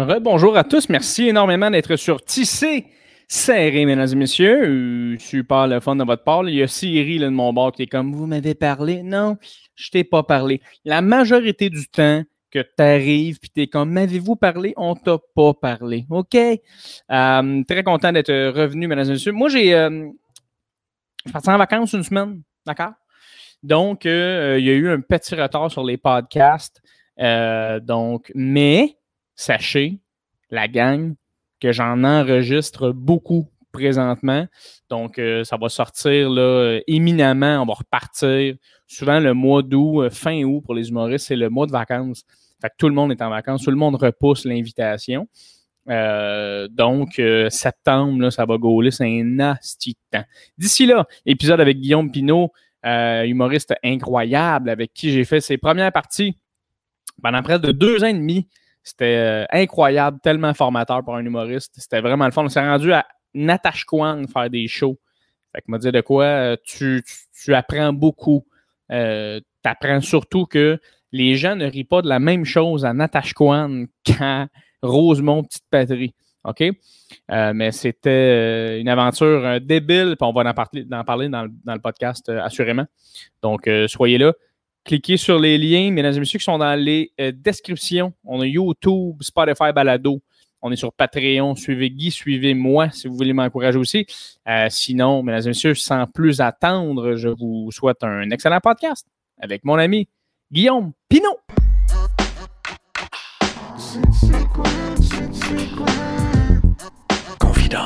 Bonjour à tous. Merci énormément d'être sur Tissé Serré, mesdames et messieurs. Super le fun de votre part. Il y a Siri là, de mon bord qui est comme « Vous m'avez parlé? » Non, je t'ai pas parlé. La majorité du temps que tu arrives et tu es comme « M'avez-vous parlé? » On t'a pas parlé. OK? Très content d'être revenu, mesdames et messieurs. Moi, je suis parti en vacances une semaine. D'accord? Donc, il y a eu un petit retard sur les podcasts. Mais sachez, la gang, que j'en enregistre beaucoup présentement. Donc, ça va sortir là, éminemment. On va repartir. Souvent, le mois d'août, fin août pour les humoristes, c'est le mois de vacances. Fait que tout le monde est en vacances. Tout le monde repousse l'invitation. Donc, septembre, là, ça va gauler. C'est un nasty de temps. D'ici là, épisode avec Guillaume Pinault, humoriste incroyable avec qui j'ai fait ses premières parties pendant près de 2 ans et demi. C'était incroyable, tellement formateur pour un humoriste. C'était vraiment le fun. On s'est rendu à Natashquan faire des shows. Fait que m'a dit de quoi tu apprends beaucoup. Tu apprends surtout que les gens ne rient pas de la même chose à Natashquan qu'à Rosemont, Petite-Patrie. OK? Mais c'était une aventure débile, puis on va en parler dans le podcast, assurément. Donc, soyez là. Cliquez sur les liens, mesdames et messieurs, qui sont dans les descriptions. On a YouTube, Spotify, Balado. On est sur Patreon. Suivez Guy, suivez moi si vous voulez m'encourager aussi. Sinon, mesdames et messieurs, sans plus attendre, je vous souhaite un excellent podcast avec mon ami Guillaume Pinault. Confident.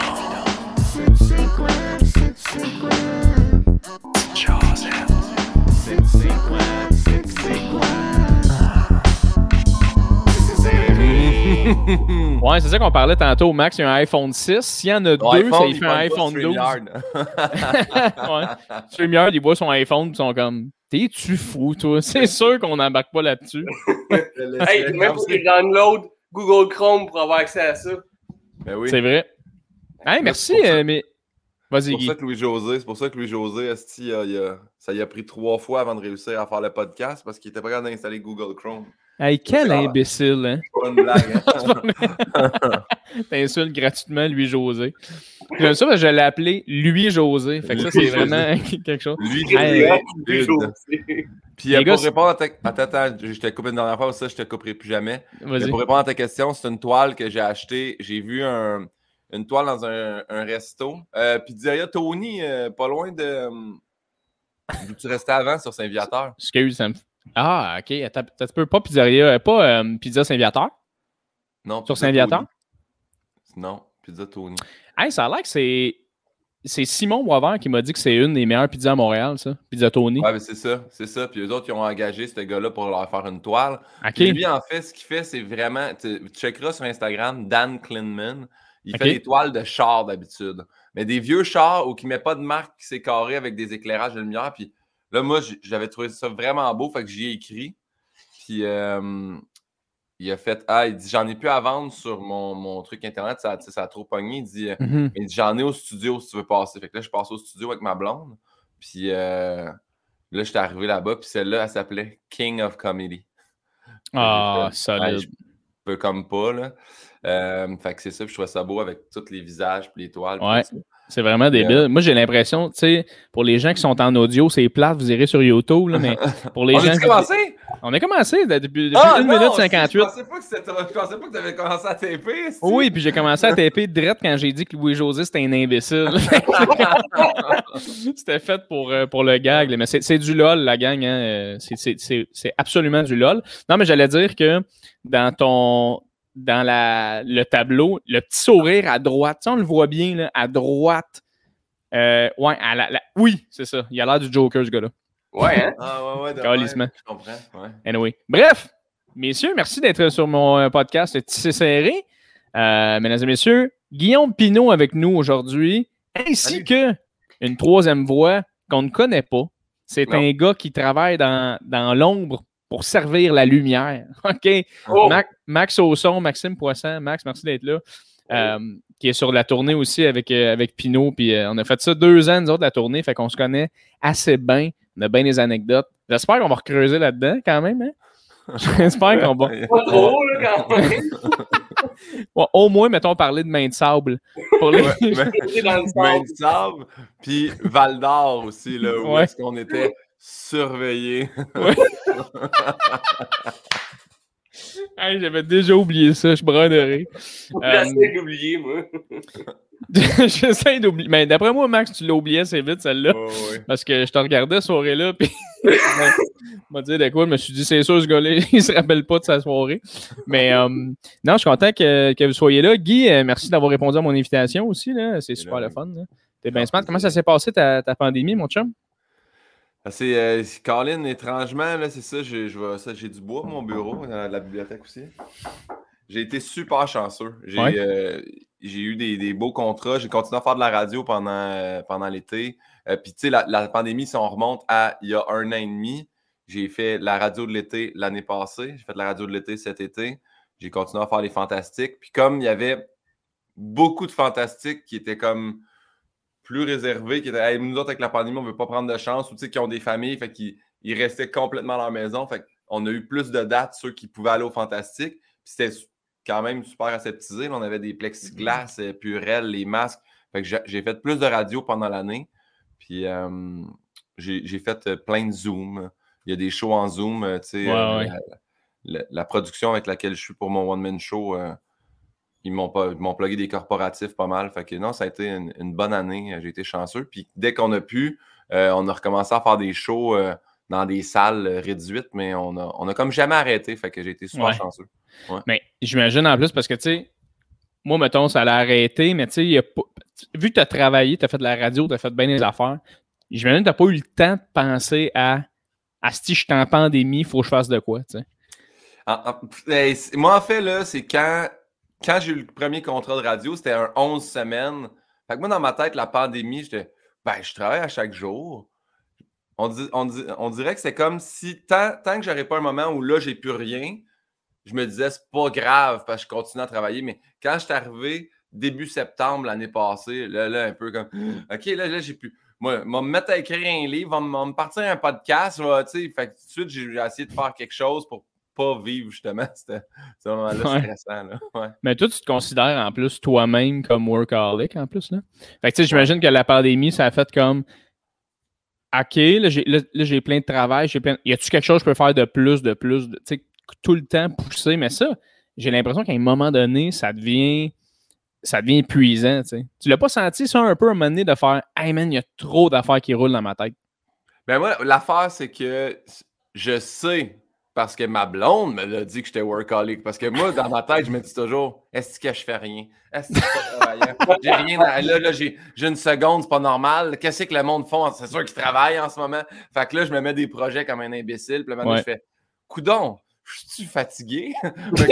Ouais, c'est ça qu'on parlait tantôt. Max, il y a un iPhone 6. S'il y en a deux, ça il fait un iPhone 12. Ouais. StreamYard, ils voient son iPhone et ils sont comme « T'es-tu fou, toi? » C'est sûr qu'on n'embarque pas là-dessus. Hey, même pour qu'ils download Google Chrome pour avoir accès à ça. Ben oui. C'est vrai. Hey, merci, mais... Vas-y, Guy. C'est pour ça que Louis-José, ça y a pris 3 fois avant de réussir à faire le podcast parce qu'il était pas capable d'installer Google Chrome. Hey, quel imbécile, hein? C'est pas une blague, hein? T'insultes gratuitement Louis-José. J'aime ça parce que je l'ai appelé Louis-José. Fait que ça, c'est vraiment quelque chose. Puis pour répondre à ta... Attends, je t'ai coupé une dernière fois, ça, je te couperai plus jamais. Mais pour répondre à ta question, c'est une toile que j'ai achetée. J'ai vu une toile dans un resto. Pizzeria Tony, pas loin de... D'où tu restais avant, sur Saint-Viateur. Excuse, ça me... Ah, OK. Tu peux pas pizzeria, pas Pizza Saint-Viateur? Non. Sur Saint-Viateur? Non, Pizza Tony. Hey, ça a l'air que c'est Simon Boisvert qui m'a dit que c'est une des meilleures pizzas à Montréal, ça. Pizza Tony. Ouais, mais c'est ça. Puis eux autres, ils ont engagé ce gars-là pour leur faire une toile. OK. Puis lui, en fait, ce qu'il fait, c'est vraiment... Tu checkeras sur Instagram, Dan Klinman. Il fait des toiles de chars d'habitude. Mais des vieux chars où il ne met pas de marque qui s'est carré avec des éclairages de lumière. Puis là, moi, j'avais trouvé ça vraiment beau. Fait que j'y ai écrit. Puis il a fait il dit, j'en ai plus à vendre sur mon truc Internet. Ça a trop pogné. Il dit, il dit, j'en ai au studio si tu veux passer. Fait que là, je passe au studio avec ma blonde. Puis là, j'étais arrivé là-bas. Puis celle-là, elle s'appelait King of Comedy. Ah, solide. Je peux comme pas, là. Fait que c'est ça, puis je trouvais ça beau avec tous les visages puis les toiles. Ouais, c'est vraiment débile. Moi, j'ai l'impression, tu sais, pour les gens qui sont en audio, c'est plate, vous irez sur YouTube, là, mais pour les gens... On a commencé depuis 1 minute 58. Je pensais pas que tu avais commencé à taper. Oui, puis j'ai commencé à taper direct quand j'ai dit que Louis-José, c'était un imbécile. C'était fait pour le gag, là. Mais c'est du LOL, la gang. Hein. C'est absolument du LOL. Non, mais j'allais dire que dans le tableau, le petit sourire à droite, tu sais, on le voit bien, là, à droite. Oui, c'est ça. Il a l'air du Joker, ce gars-là. Ouais, hein? Ouais, Calissement. Je comprends. Ouais. Anyway. Bref, messieurs, merci d'être sur mon podcast Tissé Serré. Mesdames et messieurs, Guillaume Pinault avec nous aujourd'hui, ainsi que une troisième voix qu'on ne connaît pas. C'est un gars qui travaille dans l'ombre pour servir la lumière. OK? Oh. Max Ausson, Maxime Poisson. Max, merci d'être là. Qui est sur la tournée aussi avec Pinault. Puis on a fait ça 2 ans, nous autres, la tournée. Fait qu'on se connaît assez bien. On a bien des anecdotes. J'espère qu'on va recreuser là-dedans quand même. Hein? J'espère qu'on va... Pas trop, là, quand même. Ouais, au moins, mettons, parler de main de sable. Pour les... main de sable, puis Val d'Or aussi, là, où est-ce qu'on était surveillés. Ouais. Hey, j'avais déjà oublié ça, je bronnerais. J'essaie d'oublier, moi. J'essaie d'oublier. Mais d'après moi, Max, tu l'as oublié assez vite, celle-là. Ouais. Parce que je te regardais ce soirée-là, puis m'a dit de quoi, je me suis dit, c'est sûr, ce gars-là, il se rappelle pas de sa soirée. Mais non, je suis content que vous soyez là. Guy, merci d'avoir répondu à mon invitation aussi. Là. C'est super le fun. T'es bien smart. Comment ça s'est passé ta pandémie, mon chum? C'est Colin, étrangement, là, c'est ça, j'ai du bois à mon bureau, dans la bibliothèque aussi. J'ai été super chanceux. J'ai eu des beaux contrats. J'ai continué à faire de la radio pendant l'été. Puis, tu sais, la pandémie, si on remonte à il y a 1 an et demi, j'ai fait la radio de l'été l'année passée. J'ai fait de la radio de l'été cet été. J'ai continué à faire les Fantastiques. Puis, comme il y avait beaucoup de Fantastiques qui étaient comme plus réservés, qui étaient hey, nous autres, avec la pandémie, on ne veut pas prendre de chance, ou qui ont des familles, fait qu'ils restaient complètement à leur maison. Fait qu'on a eu plus de dates, ceux qui pouvaient aller au Fantastique. Puis c'était quand même super aseptisé. Là, on avait des plexiglas, Purell, les masques. Fait que j'ai fait plus de radio pendant l'année. Puis j'ai fait plein de Zoom. Il y a des shows en Zoom. La production avec laquelle je suis pour mon one-man show, ils m'ont plugué des corporatifs pas mal. Fait que non, ça a été une bonne année. J'ai été chanceux. Puis dès qu'on a pu, on a recommencé à faire des shows dans des salles réduites, mais on a comme jamais arrêté. Fait que j'ai été super chanceux. Ouais. Mais j'imagine en plus parce que, tu sais, moi, mettons, ça l'a arrêté, mais tu sais, vu que tu as travaillé, tu as fait de la radio, tu as fait bien des affaires, j'imagine que tu n'as pas eu le temps de penser à si je suis en pandémie, il faut que je fasse de quoi, tu sais. Moi, en fait, là, c'est quand j'ai eu le premier contrat de radio, c'était un 11 semaines. Fait que moi, dans ma tête, la pandémie, je travaille à chaque jour. On dirait que c'est comme si, tant que j'aurais pas un moment où là, j'ai plus rien, je me disais, c'est pas grave parce que je continue à travailler. Mais quand je suis arrivé début septembre l'année passée, là un peu comme, OK, là j'ai plus. Moi, me mettre à écrire un livre, me partir un podcast, tu sais. Fait que tout de suite, j'ai essayé de faire quelque chose pour pas vivre justement ce moment-là stressant. Là. Ouais. Mais toi, tu te considères en plus toi-même comme workaholic en plus, là? Fait que tu sais, j'imagine que la pandémie, ça a fait comme OK, là, j'ai plein de travail, y a-tu quelque chose que je peux faire de plus, tu sais, tout le temps pousser, mais ça, j'ai l'impression qu'à un moment donné, ça devient épuisant, tu sais. Tu l'as pas senti ça un peu à un moment donné de faire « Hey man, il y a trop d'affaires qui roulent dans ma tête. » Ben moi, l'affaire, c'est que je sais, parce que ma blonde me l'a dit que j'étais workaholic. Parce que moi, dans ma tête, je me dis toujours, est-ce que je fais rien? Est-ce que je suis pas travaillant? J'ai rien. Là, j'ai une seconde, c'est pas normal. Qu'est-ce que le monde font? C'est sûr qu'ils travaillent en ce moment. Fait que là, je me mets des projets comme un imbécile. Puis là, je fais, coudon, je suis fatigué. Je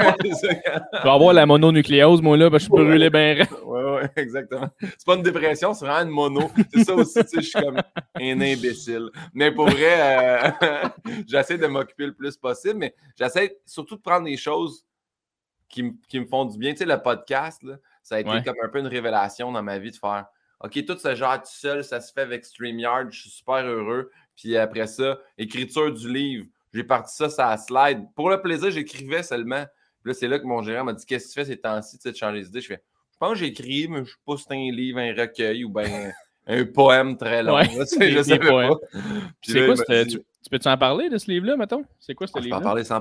vais avoir la mononucléose, moi, là, parce que je peux brûler bien. Oui, exactement. C'est pas une dépression, c'est vraiment une mono. C'est ça aussi, tu sais, je suis comme un imbécile. Mais pour vrai, j'essaie de m'occuper le plus possible, mais j'essaie surtout de prendre des choses qui me font du bien. Tu sais, le podcast, là, ça a été comme un peu une révélation dans ma vie de faire OK, tout se gère tout seul, ça se fait avec StreamYard, je suis super heureux. Puis après ça, écriture du livre. J'ai parti ça slide. Pour le plaisir, j'écrivais seulement. Puis là, c'est là que mon gérant m'a dit qu'est-ce que tu fais ces temps-ci, tu sais, de changer d'idée. Je pense que j'écris, mais je sais pas si c'est un livre, un recueil ou bien un poème très long. Là, tu sais, je savais pas. C'est quoi, tu peux-tu en parler de ce livre-là, mettons? C'est quoi ce livre-là? Je peux en parler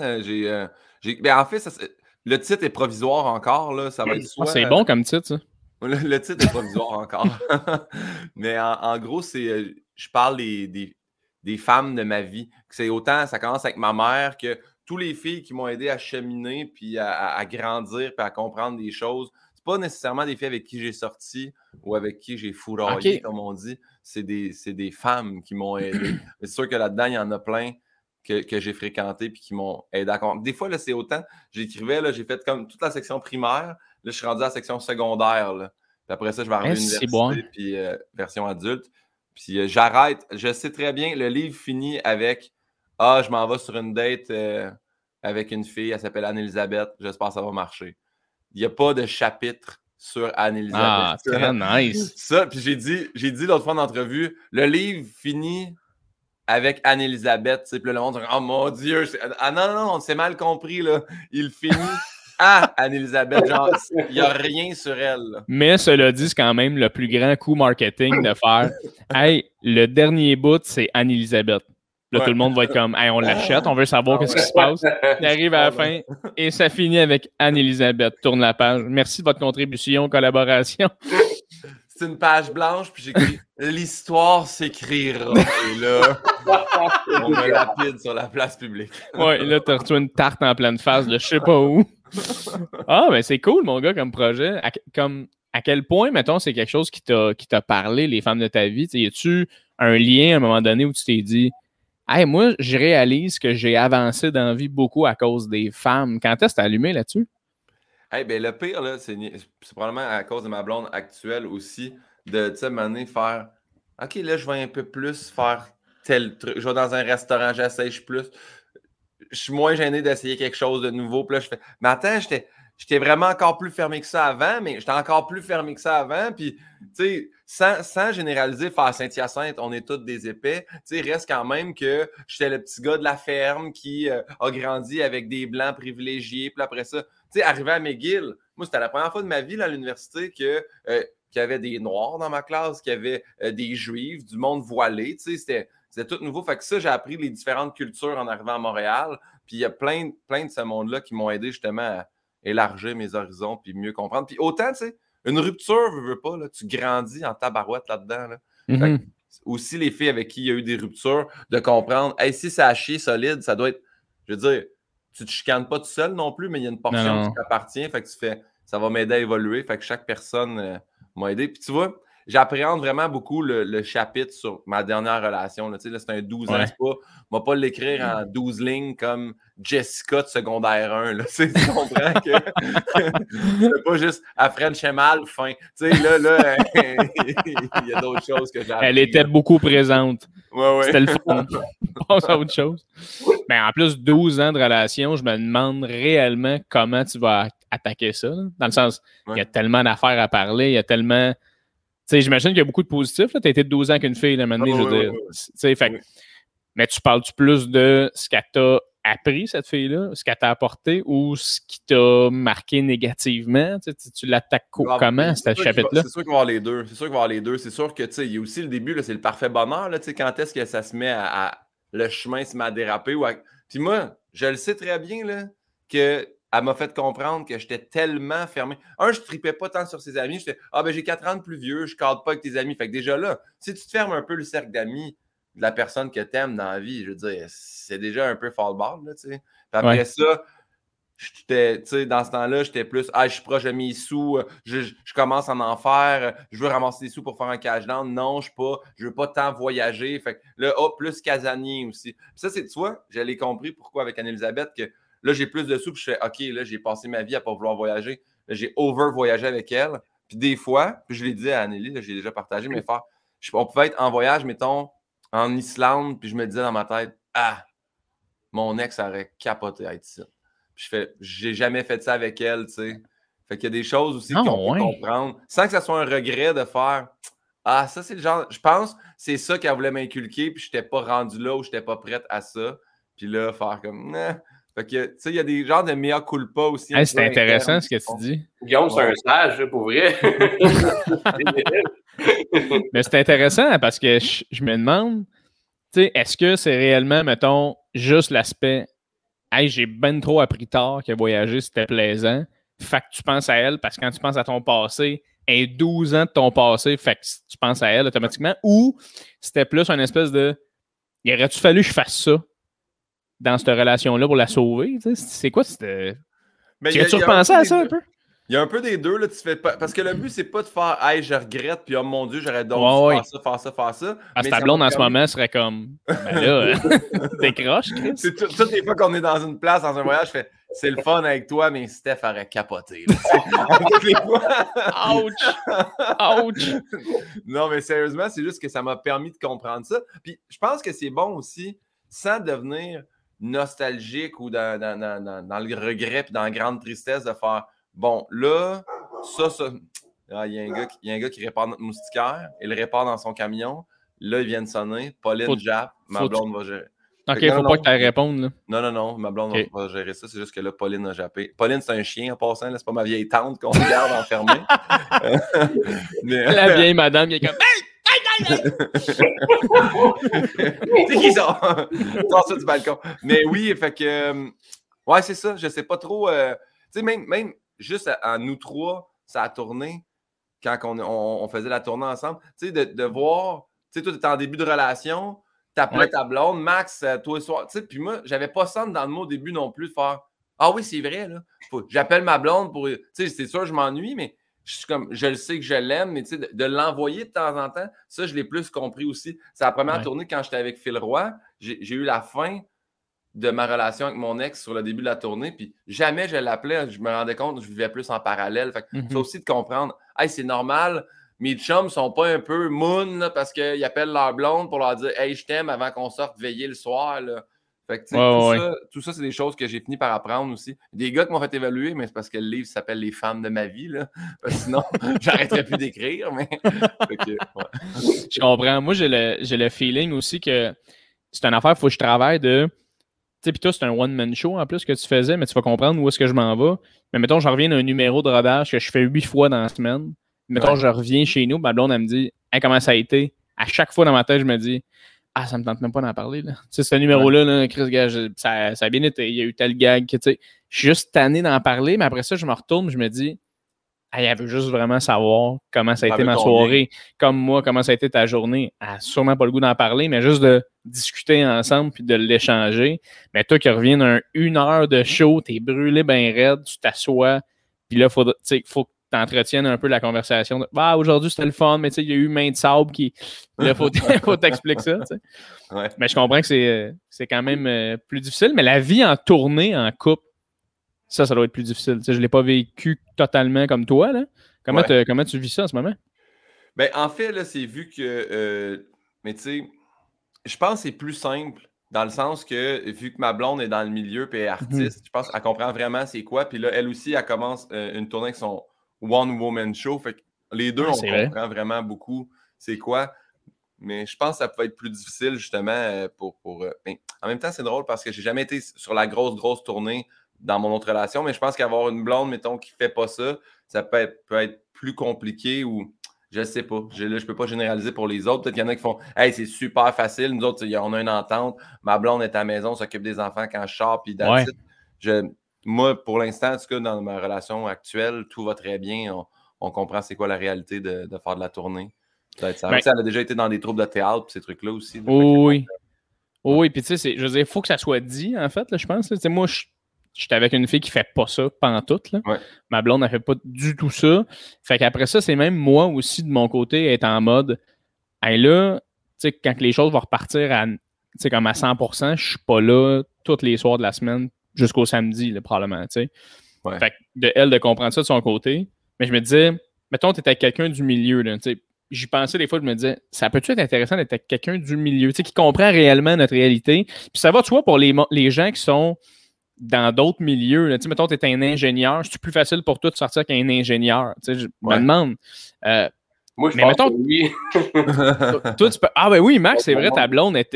100%. Ben, en fait, le titre est provisoire encore. Là, ça va être soit... c'est bon comme titre, ça. Le titre est provisoire encore. Mais en gros, je parle des femmes de ma vie. C'est autant, ça commence avec ma mère que toutes les filles qui m'ont aidé à cheminer, puis à grandir, puis à comprendre des choses. C'est pas nécessairement des filles avec qui j'ai sorti ou avec qui j'ai fourraillé, comme on dit. C'est des femmes qui m'ont aidé. Mais c'est sûr que là-dedans, il y en a plein que j'ai fréquenté puis qui m'ont aidé à comprendre. Des fois, là, c'est autant. J'écrivais, là, j'ai fait comme toute la section primaire. Là, je suis rendu à la section secondaire. Là. Puis après ça, je vais arriver à l'université, puis version adulte. Puis j'arrête. Je sais très bien, le livre finit avec « Ah, je m'en vais sur une date avec une fille, elle s'appelle Anne-Élisabeth. J'espère que ça va marcher. » Il n'y a pas de chapitre sur Anne-Élisabeth. Ah, très nice. Ça, puis j'ai dit l'autre fois en entrevue, le livre finit avec Anne-Élisabeth. Puis le monde dit « Oh mon Dieu! » Ah non, on s'est mal compris. Là. Il finit Anne-Élisabeth, genre, il n'y a rien sur elle. Là. Mais cela dit, c'est quand même le plus grand coup marketing de faire « Hey, le dernier bout, c'est Anne-Élisabeth. » Là, tout le monde va être comme « Hey, on l'achète, on veut savoir qu'est-ce qui se passe. » Il arrive à la fin et ça finit avec Anne-Élisabeth. Tourne la page. Merci de votre contribution, collaboration. C'est une page blanche, puis j'écris « L'histoire s'écrira. » Et là, on me lapide sur la place publique. Ouais, et là, tu reçois une tarte en pleine face de je sais pas où. Ah, ben c'est cool, mon gars, comme projet. À quel point, mettons, c'est quelque chose qui t'a parlé, les femmes de ta vie? Y a-tu un lien à un moment donné où tu t'es dit hey, moi, je réalise que j'ai avancé dans la vie beaucoup à cause des femmes. Quand est-ce que t'as allumé là-dessus? Hey, ben, le pire, là, c'est probablement à cause de ma blonde actuelle aussi, de, tu sais, m'amener faire OK, là, je vais un peu plus faire tel truc. Je vais dans un restaurant, j'essaye plus. Je suis moins gêné d'essayer quelque chose de nouveau. Puis là, je fais mais attends, j'étais vraiment encore plus fermé que ça avant, mais j'étais encore plus fermé que ça avant. Puis, tu sais, sans généraliser, faire Saint-Hyacinthe, on est tous des épais. Tu sais, reste quand même que j'étais le petit gars de la ferme qui a grandi avec des blancs privilégiés. Puis après ça, tu sais, arrivé à McGill, moi, c'était la première fois de ma vie là, à l'université qu'il y avait des Noirs dans ma classe, qu'il y avait des Juifs, du monde voilé. Tu sais, c'était tout nouveau. Fait que ça, j'ai appris les différentes cultures en arrivant à Montréal. Puis il y a plein de ce monde-là qui m'ont aidé justement à élargir mes horizons puis mieux comprendre. Puis autant, tu sais, une rupture, veux pas, là, tu grandis en tabarouette là-dedans. Là. Fait que, aussi les filles avec qui il y a eu des ruptures, de comprendre, hey, si ça a chié solide, ça doit être, je veux dire, tu te chicanes pas tout seul non plus, mais il y a une portion qui t'appartient. Fait que tu fais, ça va m'aider à évoluer. Fait que chaque personne m'a aidé. Puis tu vois, j'appréhende vraiment beaucoup le chapitre sur ma dernière relation. Là. Tu sais, là, c'est un 12 ans. Je ne vais pas l'écrire en 12 lignes comme Jessica de secondaire 1. Là. Tu comprends que c'est pas juste à French mal, fin. Tu sais, là il y a d'autres choses que j'ai appris. Elle était beaucoup présente. Ouais. C'était le fun. On passe à autre chose. Mais en plus, 12 ans de relation, je me demande réellement comment tu vas attaquer ça. Là. Dans le sens, il y a tellement d'affaires à parler, il y a tellement... Tu sais, j'imagine qu'il y a beaucoup de positifs. Tu as été de 12 ans qu'une fille, là, maintenant, je veux dire. Tu sais, fait mais tu parles-tu plus de ce qu'elle t'a appris, cette fille-là, ce qu'elle t'a apporté ou ce qui t'a marqué négativement? Tu l'attaques comment, ce chapitre-là? C'est sûr qu'il va y avoir les deux. C'est sûr qu'il va y avoir les deux. C'est sûr que, tu sais, il y a aussi le début, là, c'est le parfait bonheur, là, tu sais, quand est-ce que ça se met à le chemin se met à déraper. Puis moi, je le sais très bien, là, qu'elle m'a fait comprendre que j'étais tellement fermé. Je tripais pas tant sur ses amis. J'étais, j'ai 4 ans de plus vieux, je cadre pas avec tes amis. Fait que déjà là, si tu te fermes un peu le cercle d'amis de la personne que t'aimes dans la vie, je veux dire, c'est déjà un peu fall-ball, là, tu sais. Puis après ça, j'étais, tu sais, dans ce temps-là, j'étais plus, je suis proche de mes sous, je commence à en faire, je veux ramasser des sous pour faire un cash down. Non, je veux pas tant voyager. Fait que là, plus casanier aussi. Puis ça, c'est, tu vois, j'allais compris pourquoi avec Anne-Élisabeth que là, j'ai plus de sous, puis je fais, OK, là, j'ai passé ma vie à pas vouloir voyager. Là, j'ai over-voyagé avec elle. Puis des fois, puis je l'ai dit à Anneli, là, j'ai déjà partagé mes frères, on pouvait être en voyage, mettons, en Islande, puis je me disais dans ma tête, mon ex aurait capoté à être ici. Puis je fais, j'ai jamais fait ça avec elle, tu sais. Fait qu'il y a des choses aussi qu'on peut comprendre, sans que ça soit un regret de faire, ça c'est le genre, je pense, c'est ça qu'elle voulait m'inculquer, puis je n'étais pas rendu là où je n'étais pas prête à ça. Puis là, faire comme, Fait que, tu sais, il y a des genres de mea culpa aussi. C'est intéressant ce que tu dis. Guillaume, c'est un sage, pour vrai. Mais c'est intéressant parce que je me demande, tu sais, est-ce que c'est réellement, mettons, juste l'aspect j'ai ben trop appris tard que voyager, c'était plaisant. Fait que tu penses à elle parce que quand tu penses à ton passé, 12 ans de ton passé, fait que tu penses à elle automatiquement. Ou c'était plus une espèce de il aurait-tu fallu que je fasse ça dans cette relation-là pour la sauver? C'est quoi? Tu repensé à ça un peu? Il y a un peu des deux, là, tu fais pas. Parce que le but, c'est pas de faire je regrette, puis mon Dieu, j'aurais donc dû faire ça. Parce que ta blonde en ce moment serait comme décroche, Chris. C'est toutes les fois qu'on est dans une place, dans un voyage, je fais c'est le fun avec toi, mais Steph aurait capoté. Ouch! Non, mais sérieusement, c'est juste que ça m'a permis de comprendre ça. Puis je pense que c'est bon aussi, sans devenir nostalgique ou dans le regret puis dans la grande tristesse de faire bon, là, ça. Il y a un gars qui répare notre moustiquaire. Il le répare dans son camion. Là, il vient de sonner. Pauline Japp, ma blonde va gérer. OK, il faut pas que tu répondes. Là. Non. Ma blonde va pas gérer ça. C'est juste que là, Pauline a jappé. Pauline, c'est un chien en passant. C'est pas ma vieille tante qu'on regarde enfermée. La vieille madame qui est comme... C'est qui ça? Sors ça du balcon. Mais oui, fait que... ouais, c'est ça. Je sais pas trop... tu sais, même juste à nous trois, ça a tourné quand on faisait la tournée ensemble. Tu sais, de voir... Tu sais, toi, tu étais en début de relation... T'appelais ta blonde, Max, toi et soir. Puis moi, j'avais pas ça dans le mot au début non plus de faire ah oui, c'est vrai, là. J'appelle ma blonde pour. Tu sais, c'est sûr, je m'ennuie, mais je le sais que je l'aime, mais tu sais, de l'envoyer de temps en temps, ça, je l'ai plus compris aussi. C'est la première tournée quand j'étais avec Phil Roy. J'ai eu la fin de ma relation avec mon ex sur le début de la tournée, puis jamais je l'appelais. Je me rendais compte que je vivais plus en parallèle. Fait que faut aussi de comprendre, hey, c'est normal. Mes chums sont pas un peu moon là, parce qu'ils appellent leur blonde pour leur dire hey, je t'aime avant qu'on sorte veiller le soir. Là. Fait que, tout ça, c'est des choses que j'ai fini par apprendre aussi. Des gars qui m'ont fait évaluer, mais c'est parce que le livre s'appelle Les femmes de ma vie. Là. Parce que sinon, j'arrêterais plus d'écrire. Mais... Je comprends. Moi, j'ai le feeling aussi que c'est une affaire, il faut que je travaille de. Tu sais, puis toi, c'est un one-man show en plus que tu faisais, mais tu vas comprendre où est-ce que je m'en vais. Mais mettons, je reviens d'un numéro de rodage que je fais 8 fois dans la semaine. Mettons, je reviens chez nous, ma blonde, elle me dit hey, comment ça a été? À chaque fois dans ma tête, je me dis ah, ça me tente même pas d'en parler. Tu sais, ce numéro-là, là, Chris, gars, ça a bien été. Il y a eu tel gag que, tu sais, je suis juste tanné d'en parler, mais après ça, je me retourne, je me dis hey, elle veut juste vraiment savoir comment ça a été ma soirée, comme moi, comment ça a été ta journée. Elle n'a sûrement pas le goût d'en parler, mais juste de discuter ensemble puis de l'échanger. Mais toi qui reviens d'un 1 heure de show, t'es brûlé ben raide, tu t'assois, puis là, il faut que t'entretiennes un peu la conversation. Ah, aujourd'hui, c'était le fun, mais tu sais, il y a eu main de sable qui... Là, faut t'expliquer ça, tu sais. Ouais. Mais je comprends que c'est quand même plus difficile, mais la vie en tournée, en couple, ça doit être plus difficile. Tu sais, je ne l'ai pas vécu totalement comme toi, là. Comment tu vis ça en ce moment? Ben, en fait, là, c'est vu que... mais tu sais, je pense que c'est plus simple dans le sens que, vu que ma blonde est dans le milieu et elle est artiste, je pense qu'elle comprend vraiment c'est quoi. Puis là, elle aussi, elle commence une tournée avec son one-woman show. Fait que les deux, on comprend vraiment beaucoup c'est quoi. Mais je pense que ça peut être plus difficile, justement, mais en même temps, c'est drôle parce que j'ai jamais été sur la grosse tournée dans mon autre relation, mais je pense qu'avoir une blonde, mettons, qui fait pas ça, ça peut être plus compliqué ou... Je sais pas. Je peux pas généraliser pour les autres. Peut-être qu'il y en a qui font hey, c'est super facile. Nous autres, on a une entente. Ma blonde est à la maison, s'occupe des enfants quand je sors, puis moi, pour l'instant, en tout cas, dans ma relation actuelle, tout va très bien. On comprend c'est quoi la réalité de faire de la tournée. Ça a déjà été dans des troupes de théâtre et ces trucs-là aussi. Oui. Oui, puis tu sais, je veux dire, il faut que ça soit dit, en fait, là, je pense. Moi, j'étais avec une fille qui fait pas ça pantoute. Là. Ouais. Ma blonde, elle fait pas du tout ça. Fait qu'après ça, c'est même moi aussi, de mon côté, être en mode hey, là, tu sais, quand les choses vont repartir comme à 100%, je suis pas là tous les soirs de la semaine jusqu'au samedi, là, probablement. T'sais. Ouais. Fait que de comprendre ça de son côté. Mais je me disais, mettons, tu es avec quelqu'un du milieu. Là, j'y pensais des fois, je me disais, ça peut-tu être intéressant d'être avec quelqu'un du milieu, qui comprend réellement notre réalité. Puis ça va, tu vois, pour les gens qui sont dans d'autres milieux, là, mettons, tu es un ingénieur, c'est plus facile pour toi de sortir qu'un ingénieur? Je me demande. Moi, je pense que oui. Toi, tu peux... Ah, ben oui, Max, c'est vrai, ta blonde, elle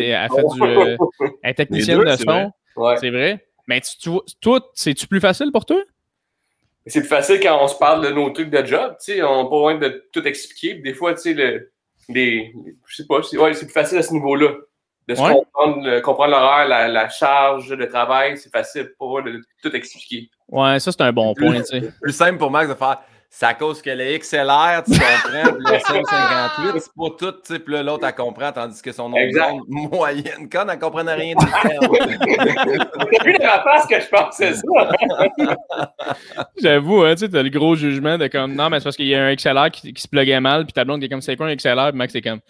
est technicienne de son. C'est vrai. Mais toi, c'est-tu plus facile pour toi? C'est plus facile quand on se parle de nos trucs de job. On n'a pas besoin de tout expliquer. Des fois, je sais pas, c'est plus facile à ce niveau-là. De se comprendre l'horaire, la charge de travail, c'est facile pour de tout expliquer. Ouais, ça, c'est un bon point. Plus simple pour Max de faire c'est à cause que le XLR, tu comprends, puis le SM58, c'est pas tout, tu sais, puis là, l'autre, elle comprend, tandis que son nom de moyenne conne, elle comprend rien du terme. T'as vu de ma face que je pensais ça? J'avoue, hein, tu sais, t'as le gros jugement de comme, non, mais c'est parce qu'il y a un XLR qui se pluguait mal, puis ta blonde qui est comme, c'est quoi un XLR, puis Max, c'est comme...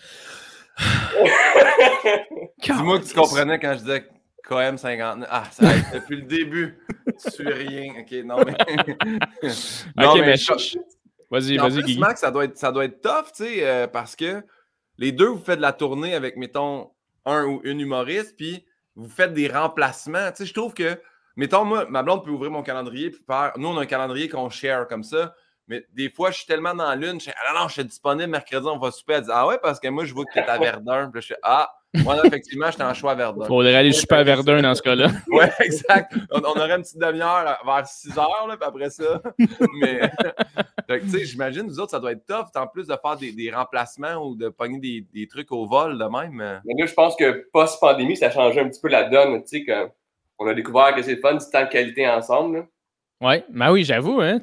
Dis-moi que tu comprenais quand je disais KM 59. Ah, ça a été depuis le début. Tu suis rien. OK, non, mais... non, mais... Vas-y, Guigui. Max, ça doit être tough, tu sais, parce que les deux, vous faites de la tournée avec, mettons, un ou une humoriste, puis vous faites des remplacements. Tu sais, je trouve que, mettons, moi, ma blonde peut ouvrir mon calendrier, puis faire... Nous, on a un calendrier qu'on share comme ça, mais des fois, je suis tellement dans l'une, je dis, ah non, je suis disponible mercredi, on va souper. Elle dit, ah ouais, parce que moi, je vois que tu es à Verdun. Puis là, je fais, ah... Moi, là, effectivement, j'étais en choix à Verdun. Il faudrait aller super à Verdun dans ce cas-là. Oui, exact. On aurait une petite demi-heure vers 6 heures, là, puis après ça. Mais, tu sais, j'imagine, vous autres, ça doit être tough, en plus de faire des remplacements ou de pogner des trucs au vol de même. Mais là, je pense que post-pandémie, ça a changé un petit peu la donne. Tu sais, quand on a découvert que c'est fun, du temps de qualité ensemble. Là. Oui, mais oui, j'avoue, hein.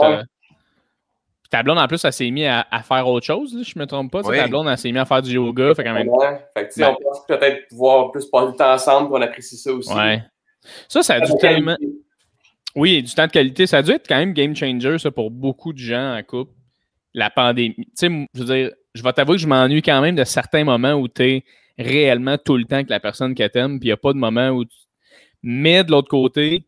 Ta blonde, en plus, elle s'est mise à faire autre chose, là, je me trompe pas. Oui. Ta blonde, elle s'est mise à faire du yoga. Fait quand même. Fait que, on pense peut-être pouvoir plus passer du temps ensemble, qu'on apprécie ça aussi. Ouais. Ça a dû tellement. Oui, du temps de qualité. Ça a dû être quand même game changer, ça, pour beaucoup de gens en couple. La pandémie. Tu sais, je veux dire, je vais t'avouer que je m'ennuie quand même de certains moments où tu es réellement tout le temps avec la personne que t'aimes, puis il n'y a pas de moment où tu. Mais de l'autre côté,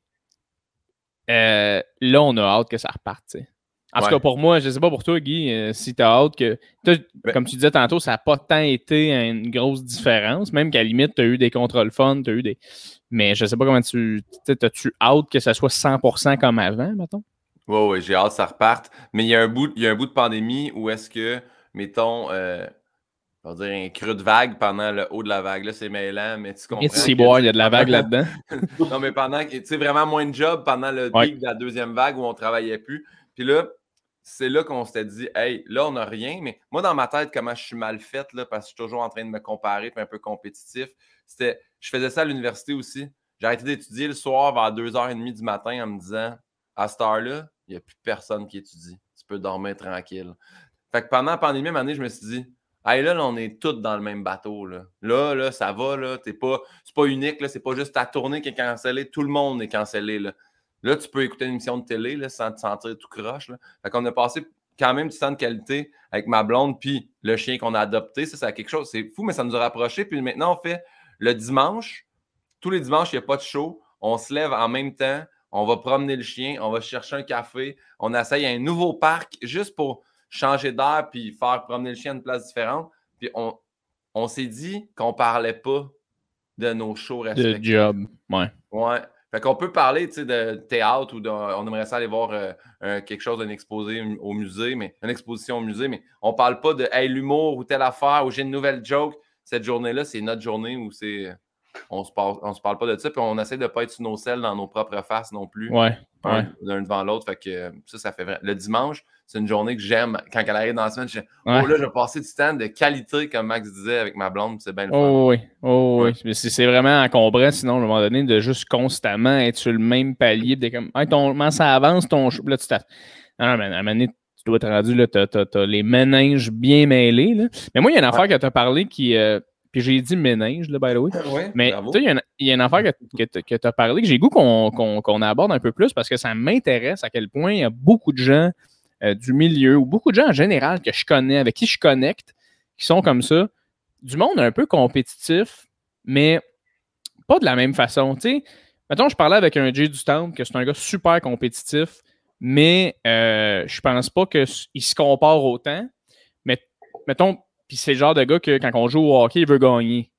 là, on a hâte que ça reparte, tu sais. En tout cas, pour moi, je ne sais pas pour toi, Guy, si tu as hâte que. Comme tu disais tantôt, ça n'a pas tant été une grosse différence. Même qu'à la limite, tu as eu des contrôles fun, tu as eu des. Mais je ne sais pas comment tu. As-tu hâte que ça soit 100% comme avant, mettons? Oui, j'ai hâte que ça reparte. Mais il y a un bout de pandémie où est-ce que, mettons, on va dire un creux de vague pendant le haut de la vague. Là, c'est mêlant, mais tu comprends. Il y a de la vague là-dedans. Non, mais pendant que, tu sais, vraiment moins de job pendant le pic de la deuxième vague où on ne travaillait plus. Puis là, c'est là qu'on s'était dit, hey, là, on n'a rien. Mais moi, dans ma tête, comment je suis mal faite, là, parce que je suis toujours en train de me comparer, puis un peu compétitif, je faisais ça à l'université aussi. J'ai arrêté d'étudier le soir vers 2h30 du matin en me disant, à cette heure-là, il n'y a plus personne qui étudie. Tu peux dormir tranquille. Fait que pendant la pandémie, à un moment donné, je me suis dit, hey, là, on est tous dans le même bateau. Là, ça va. Là, c'est pas unique. Là, c'est pas juste ta tournée qui est cancellée. Tout le monde est cancellé. Là, tu peux écouter une émission de télé là, sans te sentir tout croche. Là. Fait qu'on a passé quand même du temps de qualité avec ma blonde puis le chien qu'on a adopté. Ça, c'est quelque chose. C'est fou, mais ça nous a rapprochés. Puis maintenant, on fait le dimanche. Tous les dimanches, il n'y a pas de show. On se lève en même temps. On va promener le chien. On va chercher un café. On essaye un nouveau parc juste pour changer d'air puis faire promener le chien à une place différente. Puis on s'est dit qu'on ne parlait pas de nos shows respectifs. De job, ouais. Ouais. Fait qu'on peut parler, tu sais, de théâtre ou on aimerait ça aller voir quelque chose d'un exposé au musée, mais une exposition au musée, mais on parle pas de hey, l'humour ou telle affaire ou j'ai une nouvelle joke. Cette journée-là, c'est notre journée où c'est. On se parle pas de ça, puis on essaie de ne pas être sur nos selles dans nos propres faces non plus. L'un devant l'autre. Fait que ça fait vrai. Le dimanche, c'est une journée que j'aime. Quand elle arrive dans la semaine, je dis là, je vais passer du temps de qualité, comme Max disait avec ma blonde, c'est bien le fun. Oui. Mais c'est vraiment encombrant, sinon, à un moment donné, de juste constamment être sur le même palier. Comme, hey, comment ça avance ton show? Là, non, mais à un moment donné, tu dois être rendu, là, t'as les méninges bien mêlés. Là. Mais moi, il y a une affaire que tu as parlé qui. Puis j'ai dit méninge, là, by the way. Mais tu sais, il y a une affaire que tu as parlé que j'ai goût qu'on aborde un peu plus parce que ça m'intéresse à quel point il y a beaucoup de gens du milieu ou beaucoup de gens en général que je connais, avec qui je connecte, qui sont comme ça. Du monde un peu compétitif, mais pas de la même façon. Tu sais, mettons, je parlais avec un Jay du Temple, que c'est un gars super compétitif, mais je pense pas qu'il se compare autant. Mais mettons, puis c'est le genre de gars que quand on joue au hockey, il veut gagner.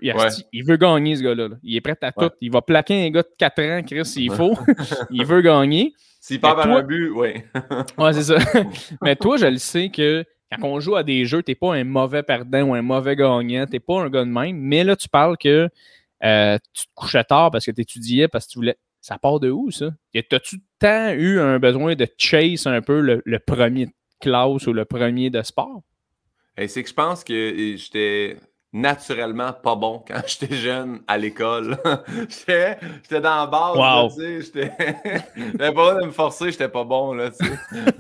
Il veut gagner, ce gars-là. Il est prêt à tout. Il va plaquer un gars de 4 ans, Chris, s'il faut. Il veut gagner. S'il part vers un but, oui. Ouais, c'est ça. Mais toi, je le sais que quand on joue à des jeux, t'es pas un mauvais perdant ou un mauvais gagnant. T'es pas un gars de même. Mais là, tu parles que tu te couchais tard parce que tu étudiais, parce que tu voulais. Ça part de où, ça? T'as-tu tant eu un besoin de chase un peu le premier de classe ou le premier de sport? Et c'est que je pense que j'étais naturellement pas bon quand j'étais jeune à l'école. j'étais dans la base, wow. Tu sais, j'avais pas de me forcer, j'étais pas bon, là, tu sais.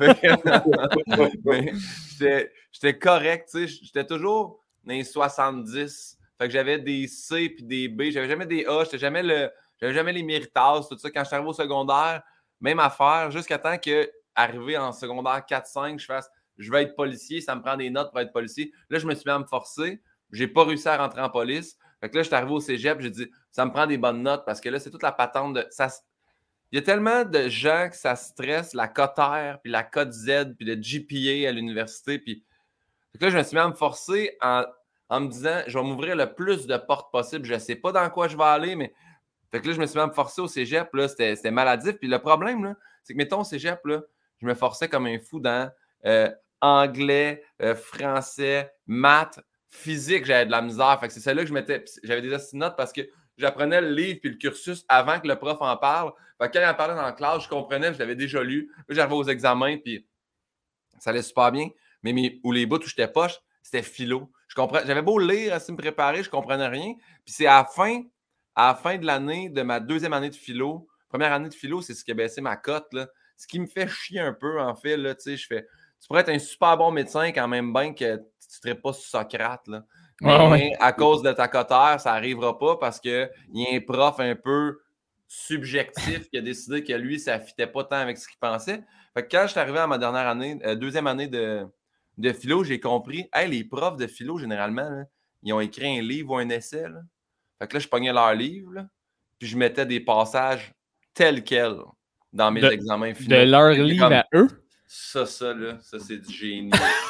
Mais j'étais correct, tu sais, j'étais toujours dans les 70. Fait que j'avais des C puis des B, j'avais jamais des A, j'avais jamais les méritas, tout ça. Quand je suis arrivé au secondaire, même affaire, jusqu'à temps que, arrivé en secondaire 4-5, je vais être policier, ça me prend des notes pour être policier. Là, je me suis mis à me forcer. J'ai pas réussi à rentrer en police. Fait que là, je suis arrivé au cégep, j'ai dit, ça me prend des bonnes notes parce que là, c'est toute la patente de. Il y a tellement de gens que ça stresse, la cote R, puis la cote Z, puis le GPA à l'université. Puis fait que là, je me suis mis à me forcer en me disant, je vais m'ouvrir le plus de portes possible. Je sais pas dans quoi je vais aller, mais. Fait que là, je me suis mis à me forcer au cégep, là, c'était maladif. Puis le problème, là, c'est que, mettons, au cégep, là, je me forçais comme un fou dans anglais, français, maths. physique, j'avais de la misère. Fait que c'est celle-là que je mettais. J'avais des notes parce que j'apprenais le livre puis le cursus avant que le prof en parle. Fait que quand il en parlait dans la classe, je comprenais, je l'avais déjà lu. Là, j'arrivais aux examens puis ça allait super bien. Mais où les bouts où j'étais poche, c'était philo. J'avais beau lire, assez me préparer, je comprenais rien. Puis c'est à la fin de l'année, de ma deuxième année de philo, première année de philo, c'est ce qui a baissé ma cote, là. Ce qui me fait chier un peu, en fait, là, tu sais, tu pourrais être un super bon médecin quand même bien que tu ne serais pas Socrate, là. Mais à cause de ta cotère, ça n'arrivera pas parce qu'il y a un prof un peu subjectif qui a décidé que lui, ça ne fitait pas tant avec ce qu'il pensait. Fait que quand je suis arrivé à ma dernière année, deuxième année de philo, j'ai compris, les profs de philo, généralement, là, ils ont écrit un livre ou un essai. Là. Fait que là, je pognais leur livre, là, puis je mettais des passages tels quels dans mes examens finaux. De leur livre à eux? Ça, là, ça, c'est du génie.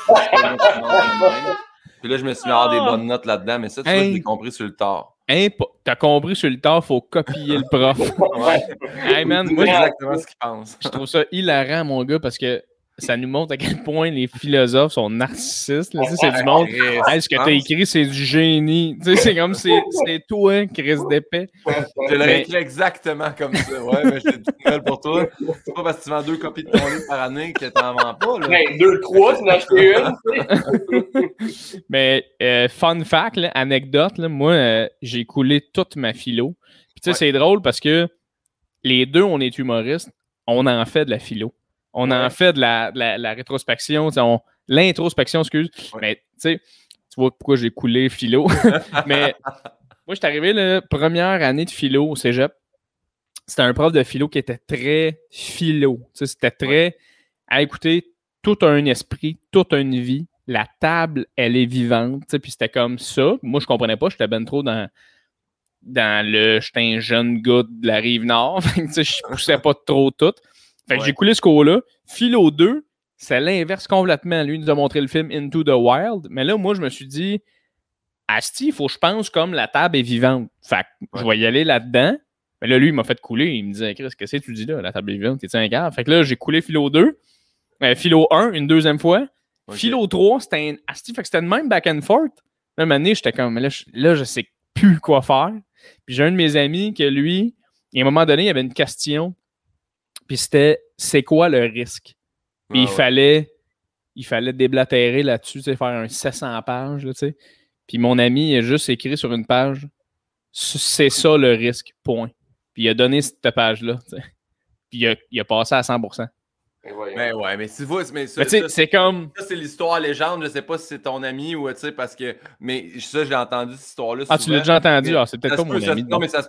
Puis là, je me suis mis à avoir des bonnes notes là-dedans, mais ça, tu vois, je l'ai compris sur le tard. T'as compris sur le tard, faut copier le prof. Hey man, moi, exactement ce qu'il pense. Je trouve ça hilarant, mon gars, parce que ça nous montre à quel point les philosophes sont narcissistes. Là. C'est du monde. Ce que tu as écrit, c'est du génie. C'est comme c'est toi, Chris d'épais. Je l'aurais écrit exactement comme ça. Ouais, mais j'ai une nouvelle pour toi. C'est pas parce que tu vends 2 copies de ton livre par année que tu n'en vends pas. Là. Ben, 2, 3, tu n'as acheté une. Mais fun fact, là, anecdote, là, moi, j'ai coulé toute ma philo. Puis tu sais, c'est drôle parce que les deux, on est humoristes. On en fait de la philo. On en fait de la rétrospection, l'introspection, excuse. Ouais. Mais tu sais, tu vois pourquoi j'ai coulé philo. Mais moi, je suis arrivé la première année de philo au cégep. C'était un prof de philo qui était très philo. C'était très à écouter, tout a un esprit, tout a une vie. La table, elle est vivante. Puis c'était comme ça. Moi, je comprenais pas. J'étais ben trop dans j'étais un jeune gars de la Rive-Nord. Je poussais pas trop tout. Fait que j'ai coulé ce cours-là. Philo 2, c'est l'inverse complètement. Lui, il nous a montré le film Into the Wild. Mais là, moi, je me suis dit, Asti, il faut que je pense comme la table est vivante. Fait que je vais y aller là-dedans. Mais là, lui, il m'a fait couler. Il me disait, Chris, qu'est-ce que tu dis là? La table est vivante, t'es-tu un gars? Fait que là, j'ai coulé Philo 2. Philo 1, une deuxième fois. Okay. Philo 3, c'était un Asti. Fait que c'était le même back and forth. Là, une année, j'étais comme, là, je sais plus quoi faire. Puis j'ai un de mes amis que lui, à un moment donné, il y avait une question. Puis c'était, c'est quoi le risque? Puis il fallait déblatérer là-dessus, faire un 700 pages, là, tu sais. Puis mon ami, il a juste écrit sur une page, c'est ça le risque, point. Puis il a donné cette page-là, tu sais. Puis il a passé à 100%. Mais tu vois, c'est comme... Ça, c'est l'histoire légende, je sais pas si c'est ton ami ou, tu sais, parce que... Mais ça, j'ai entendu cette histoire-là souvent. Ah, tu l'as déjà entendu? C'est peut-être pas mon ami. Non, mais ça se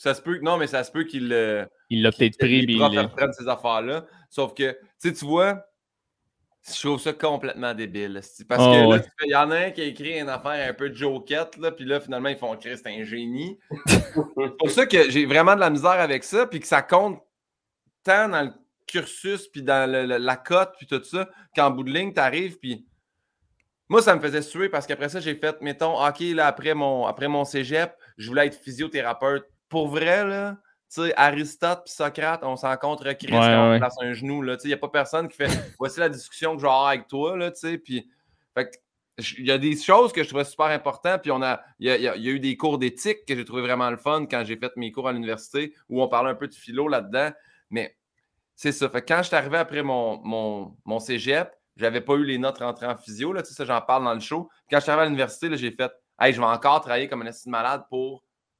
peut qu'il... Il l'a peut-être pris. Les profs reprennent ces affaires-là. Sauf que, tu vois, je trouve ça complètement débile. Parce que là, il y en a un qui a écrit une affaire un peu de joquette, là, puis là, finalement, ils font créer, c'est un génie. C'est pour ça que j'ai vraiment de la misère avec ça, puis que ça compte tant dans le cursus, puis dans la cote, puis tout ça, qu'en bout de ligne, t'arrives, puis moi, ça me faisait suer parce qu'après ça, j'ai fait, mettons, OK, là, après mon cégep, je voulais être physiothérapeute. Pour vrai, là, tu sais, Aristote puis Socrate, on s'en contre Christ quand on place un genou, là, tu sais, il n'y a pas personne qui fait, voici la discussion que je vais avoir avec toi, là, tu sais, puis, fait que, il y a des choses que je trouvais super importantes, puis il y a eu des cours d'éthique que j'ai trouvé vraiment le fun quand j'ai fait mes cours à l'université, où on parlait un peu de philo là-dedans, mais c'est ça. Fait que quand je suis arrivé après mon cégep, j'avais pas eu les notes rentrées en physio. Là, tu sais, ça, j'en parle dans le show. Quand je suis arrivé à l'université, là, j'ai fait hey, je vais encore travailler comme un esti de malade pour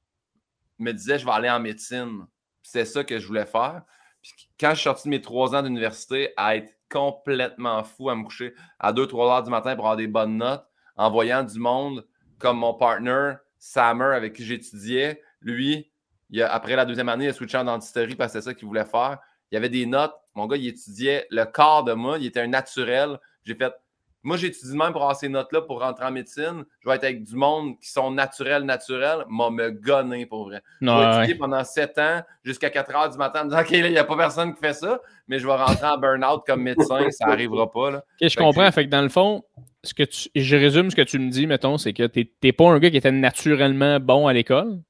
me disais je vais aller en médecine. C'est ça que je voulais faire. Puis quand je suis sorti de mes 3 ans d'université, à être complètement fou, à me coucher à 2-3 heures du matin pour avoir des bonnes notes, en voyant du monde comme mon partner, Samer, avec qui j'étudiais, lui, après la 2e année, il a switché en dentisterie parce que c'est ça qu'il voulait faire. Il y avait des notes. Mon gars, il étudiait le quart de moi. Il était un naturel. J'ai fait, moi, j'étudie de même pour avoir ces notes-là pour rentrer en médecine. Je vais être avec du monde qui sont naturels. M'a me gonné pour vrai. Je vais étudier pendant 7 ans jusqu'à 4 heures du matin en me disant, OK, là, il n'y a pas personne qui fait ça, mais je vais rentrer en burn-out comme médecin. Ça n'arrivera pas. Là. OK, je comprends. Fait que dans le fond, je résume ce que tu me dis, mettons, c'est que tu n'es pas un gars qui était naturellement bon à l'école.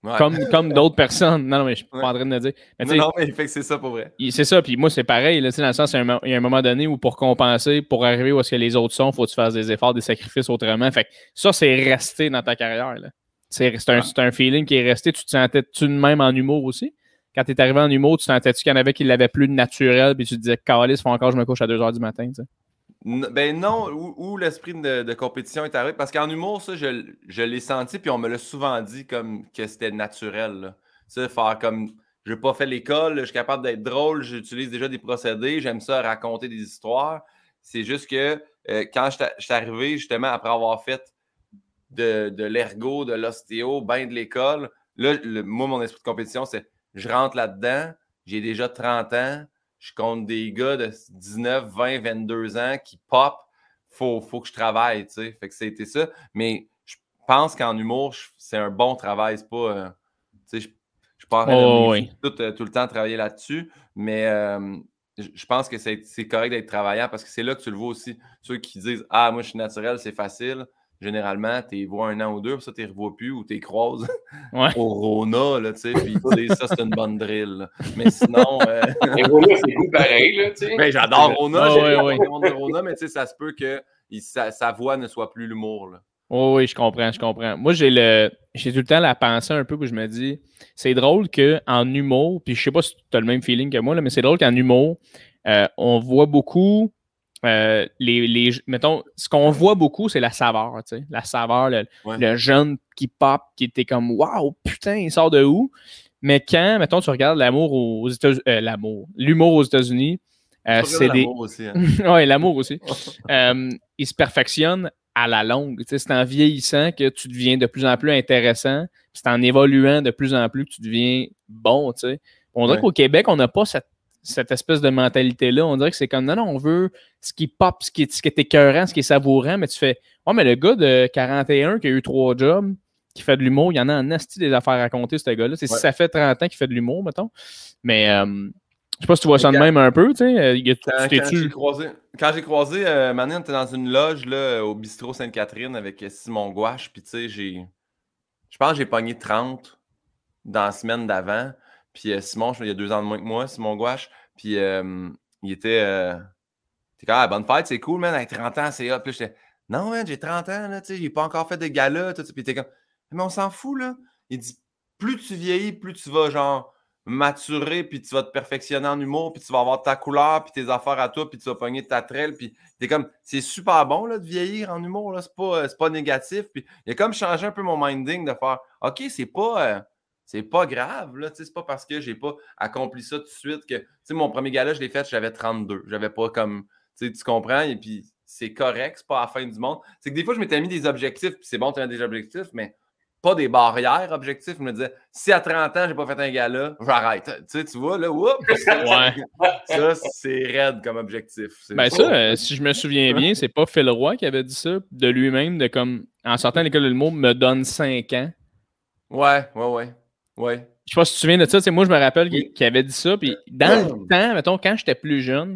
Ouais. Comme d'autres personnes. Non, mais je suis pas en train de le dire. Mais non, mais fait que c'est ça pour vrai. C'est ça, puis moi, c'est pareil, là, dans le sens, il y a un moment donné où pour compenser, pour arriver où est-ce que les autres sont, il faut que tu fasses des efforts, des sacrifices autrement. Fait que ça, c'est resté dans ta carrière. Là. C'est un feeling qui est resté. Tu te sentais-tu de même en humour aussi? Quand tu es arrivé en humour, tu sentais-tu qu'il y en avait qui l'avaient plus de naturel, puis tu te disais, Calice, faut encore que je me couche à 2 h du matin, tu sais? Ben non, où l'esprit de compétition est arrivé. Parce qu'en humour, ça, je l'ai senti, puis on me l'a souvent dit comme que c'était naturel. Là. Ça, faire comme. Je n'ai pas fait l'école, je suis capable d'être drôle, j'utilise déjà des procédés, j'aime ça raconter des histoires. C'est juste que quand je suis arrivé, justement, après avoir fait de l'ergo, de l'ostéo, ben de l'école, là, moi, mon esprit de compétition, c'est je rentre là-dedans, j'ai déjà 30 ans, je compte des gars de 19, 20, 22 ans qui pop, faut que je travaille, tu sais. Fait que c'était ça. Mais je pense qu'en humour, c'est un bon travail. C'est pas. Tu sais, je suis pas en train de tout le temps travailler là-dessus, mais je pense que c'est correct d'être travaillant parce que c'est là que tu le vois aussi. Ceux qui disent ah, moi, je suis naturel, c'est facile. Généralement, tu les vois 1 an ou 2, puis ça, tu les revois plus ou tu les croises au Rona, là, tu sais, puis tu sais, ça, c'est une bonne drill. Là. Mais sinon... Et Rona, c'est cool pareil, là, tu sais. Ben, j'adore Rona, j'adore le monde de Rona, mais tu sais, ça se peut que sa voix ne soit plus l'humour, là. Oui, je comprends. Moi, j'ai tout le temps la pensée un peu où je me dis, c'est drôle qu'en humour, puis je sais pas si tu as le même feeling que moi, là, mais c'est drôle qu'en humour, on voit beaucoup, mettons, ce qu'on voit beaucoup, c'est la saveur, tu sais, la saveur, le jeune qui pop, qui était comme, waouh, putain, il sort de où? Mais quand, mettons, tu regardes l'humour aux États-Unis, c'est des... aussi, hein. Oui, l'amour aussi. Il se perfectionne à la longue. C'est en vieillissant que tu deviens de plus en plus intéressant. C'est en évoluant de plus en plus que tu deviens bon. T'sais. On dirait qu'au Québec, on n'a pas cette espèce de mentalité-là. On dirait que c'est comme non, on veut ce qui pop, ce qui est écœurant, ce qui est savourant, mais tu fais oh, mais le gsais de 41 qui a eu 3 jobs, qui fait de l'humour, il y en a en asti des affaires à raconter, ce gars-là. Si ça fait 30 ans qu'il fait de l'humour, mettons. Mais je sais pas si tu vois ça de même un peu, tu sais. Quand j'ai croisé, Mané, on était dans une loge là, au bistrot Sainte-Catherine avec Simon Gouache, puis tu sais, je pense que j'ai pogné 30 dans la semaine d'avant. Puis Simon, il y a 2 ans de moins que moi, Simon Gouache, puis il était quand même, bonne fête, c'est cool, man, avec 30 ans, c'est hot. Puis j'étais, non, man, j'ai 30 ans, là, tu sais, j'ai pas encore fait de gala, tout ça. Puis t'es comme, mais on s'en fout, là. Il dit, plus tu vieillis, plus tu vas, genre, maturer, puis tu vas te perfectionner en humour, puis tu vas avoir ta couleur, puis tes affaires à toi, puis tu vas pogner ta trelle, puis t'es comme, c'est super bon, là, de vieillir en humour, là, c'est pas négatif, puis il a comme changé un peu mon minding de faire, OK, c'est pas grave, là, tu sais, c'est pas parce que j'ai pas accompli ça tout de suite que, tu sais, mon premier gala, je l'ai fait, j'avais 32, j'avais pas comme, tu comprends, et puis c'est correct, c'est pas la fin du monde. C'est que des fois, je m'étais mis des objectifs, puis c'est bon, tu as des objectifs, mais pas des barrières objectifs. Je me disais, si à 30 ans, j'ai pas fait un gala, j'arrête. Tu vois, là, ça, c'est raide comme objectif. Ben ça, si je me souviens bien, c'est pas Phil Roy qui avait dit ça de lui-même, de comme, en sortant de l'école de l'humour, me donne 5 ans. Ouais. Je sais pas si tu te souviens de ça. Moi, je me rappelle qu'il avait dit ça, puis dans le temps, mettons, quand j'étais plus jeune,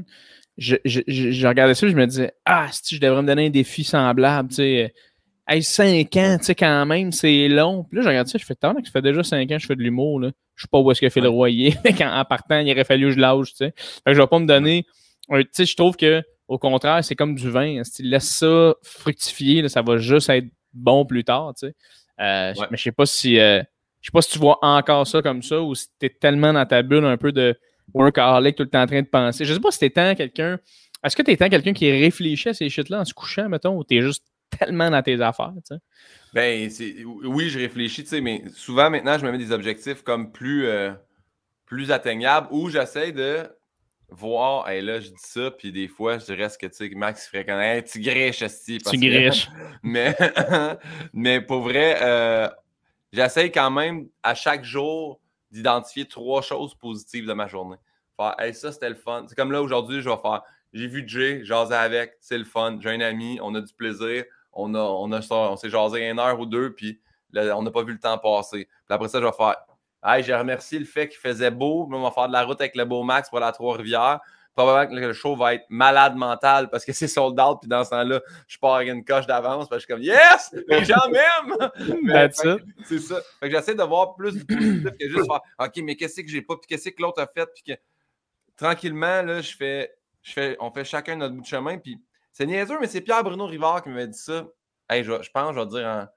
je regardais ça et je me disais ah, si je devrais me donner un défi semblable, tu sais. Hey, 5 ans, tu sais, quand même, c'est long. Puis là, je regarde ça, je fais tant que ça fait déjà 5 ans que je fais de l'humour, là. Je sais pas où est-ce qu'il a fait le royer. En partant, il aurait fallu que je l'âge, tu sais. Fait que je vais pas me donner. Tu sais, je trouve que, au contraire, c'est comme du vin. Si tu laisses ça fructifier, là, ça va juste être bon plus tard, tu sais. Mais je sais pas si. Je sais pas si tu vois encore ça comme ça ou si tu es tellement dans ta bulle un peu de workaholic tout le temps en train de penser. Je sais pas si t'es tant quelqu'un. Est-ce que t'es tant quelqu'un qui réfléchit à ces shit-là en se couchant, mettons, ou t'es juste tellement dans tes affaires, tu sais? Ben, oui, je réfléchis, tu sais, mais souvent maintenant, je me mets des objectifs comme plus atteignables où j'essaie de voir, hey, là, je dis ça, puis des fois, je dirais ce que, tu sais, Max ferait comme, hey, tu griches, esti. Tu griches. mais pour vrai, j'essaie quand même à chaque jour d'identifier 3 choses positives de ma journée. Faire, hey, ça, c'était le fun. C'est comme là, aujourd'hui, je vais faire, j'ai vu Jay, jasé avec, c'est le fun. J'ai un ami, on a du plaisir. On s'est jasé 1 heure ou 2, puis là, on n'a pas vu le temps passer. Puis après ça, je vais faire, hey, j'ai remercié le fait qu'il faisait beau. Puis on va faire de la route avec le beau Max pour la Trois-Rivières. probablement que le show va être malade mental parce que c'est sold out. Puis dans ce temps-là, je pars avec une coche d'avance parce que je suis comme yes, les gens m'aiment. That's it. C'est ça. Fait que j'essaie de voir plus du positif que juste faire OK, mais qu'est-ce que j'ai pas, puis qu'est-ce que l'autre a fait, puis que tranquillement, là, on fait chacun notre bout de chemin. Puis c'est niaiseux, mais c'est Pierre-Bruno Rivard qui m'avait dit ça. Hey, je pense, je vais dire en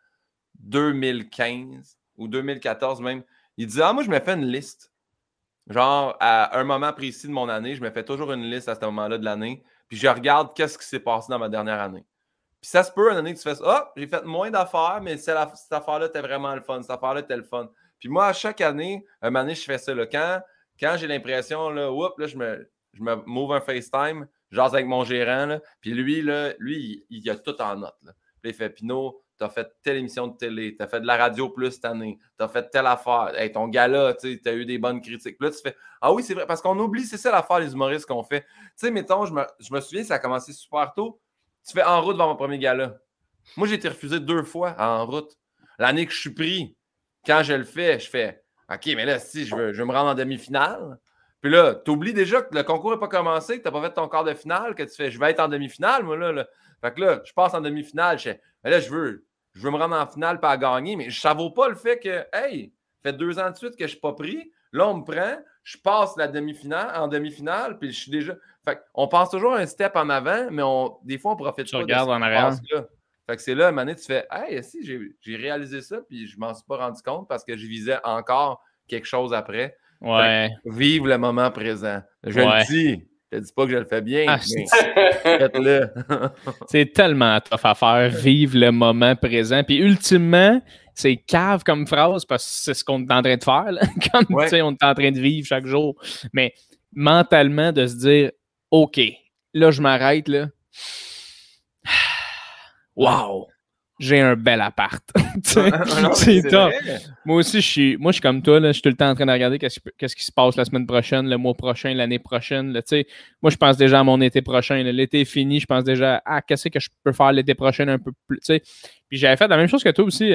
2015 ou 2014 même. Il disait moi, je me fais une liste. Genre, à un moment précis de mon année, je me fais toujours une liste à ce moment-là de l'année. Puis je regarde qu'est-ce qui s'est passé dans ma dernière année. Puis ça se peut, une année, que tu fais j'ai fait moins d'affaires, mais cette affaire-là était vraiment le fun. Cette affaire-là était le fun. Puis moi, à chaque année, un moment donné, je fais ça. Là, quand j'ai l'impression, là, je me move un FaceTime, jase avec mon gérant, là, puis lui, il a tout en note. Là. Puis il fait Pinot, t'as fait telle émission de télé, t'as fait de la radio plus cette année, t'as fait telle affaire, hey, ton gars-là, t'as eu des bonnes critiques. Puis là, tu fais ah oui, c'est vrai, parce qu'on oublie, c'est ça l'affaire, les humoristes qu'on fait. Tu sais, mettons, je me souviens, ça a commencé super tôt. Tu fais en route vers mon premier gala. Moi, j'ai été refusé 2 fois en route. L'année que je suis pris, quand je le fais, je fais OK, mais là, si je veux me rendre en demi-finale. Puis là, tu oublies déjà que le concours n'est pas commencé, que tu n'as pas fait ton quart de finale, que tu fais je vais être en demi-finale, moi, là. Fait que là, je passe en demi-finale, je fais mais là, je veux me rendre en finale pas à gagner, mais ça ne vaut pas le fait que, hey, ça fait 2 ans de suite que je ne suis pas pris. Là, on me prend, je passe la en demi-finale, puis je suis déjà. Fait qu'on pense toujours un step en avant, mais des fois, on ne profite pas de ce en arrière. là. Fait que c'est là, à un moment donné, tu fais hey, si, j'ai réalisé ça, puis je ne m'en suis pas rendu compte parce que je visais encore quelque chose après. Ouais. Vive le moment présent. Je le dis. Je ne dis pas que je le fais bien, mais faites-le. C'est tellement tough à faire, vivre le moment présent. Puis ultimement, c'est cave comme phrase parce que c'est ce qu'on est en train de faire. Là. Comme tu sais, on est en train de vivre chaque jour. Mais mentalement, de se dire OK, là, je m'arrête. Là. Wow! J'ai un bel appart. C'est top. Moi aussi, je suis comme toi. Là, je suis tout le temps en train de regarder qu'est-ce qui se passe la semaine prochaine, le mois prochain, l'année prochaine. Là, moi, je pense déjà à mon été prochain. Là. L'été est fini. Je pense déjà à qu'est-ce que je peux faire l'été prochain un peu plus. Puis j'avais fait la même chose que toi aussi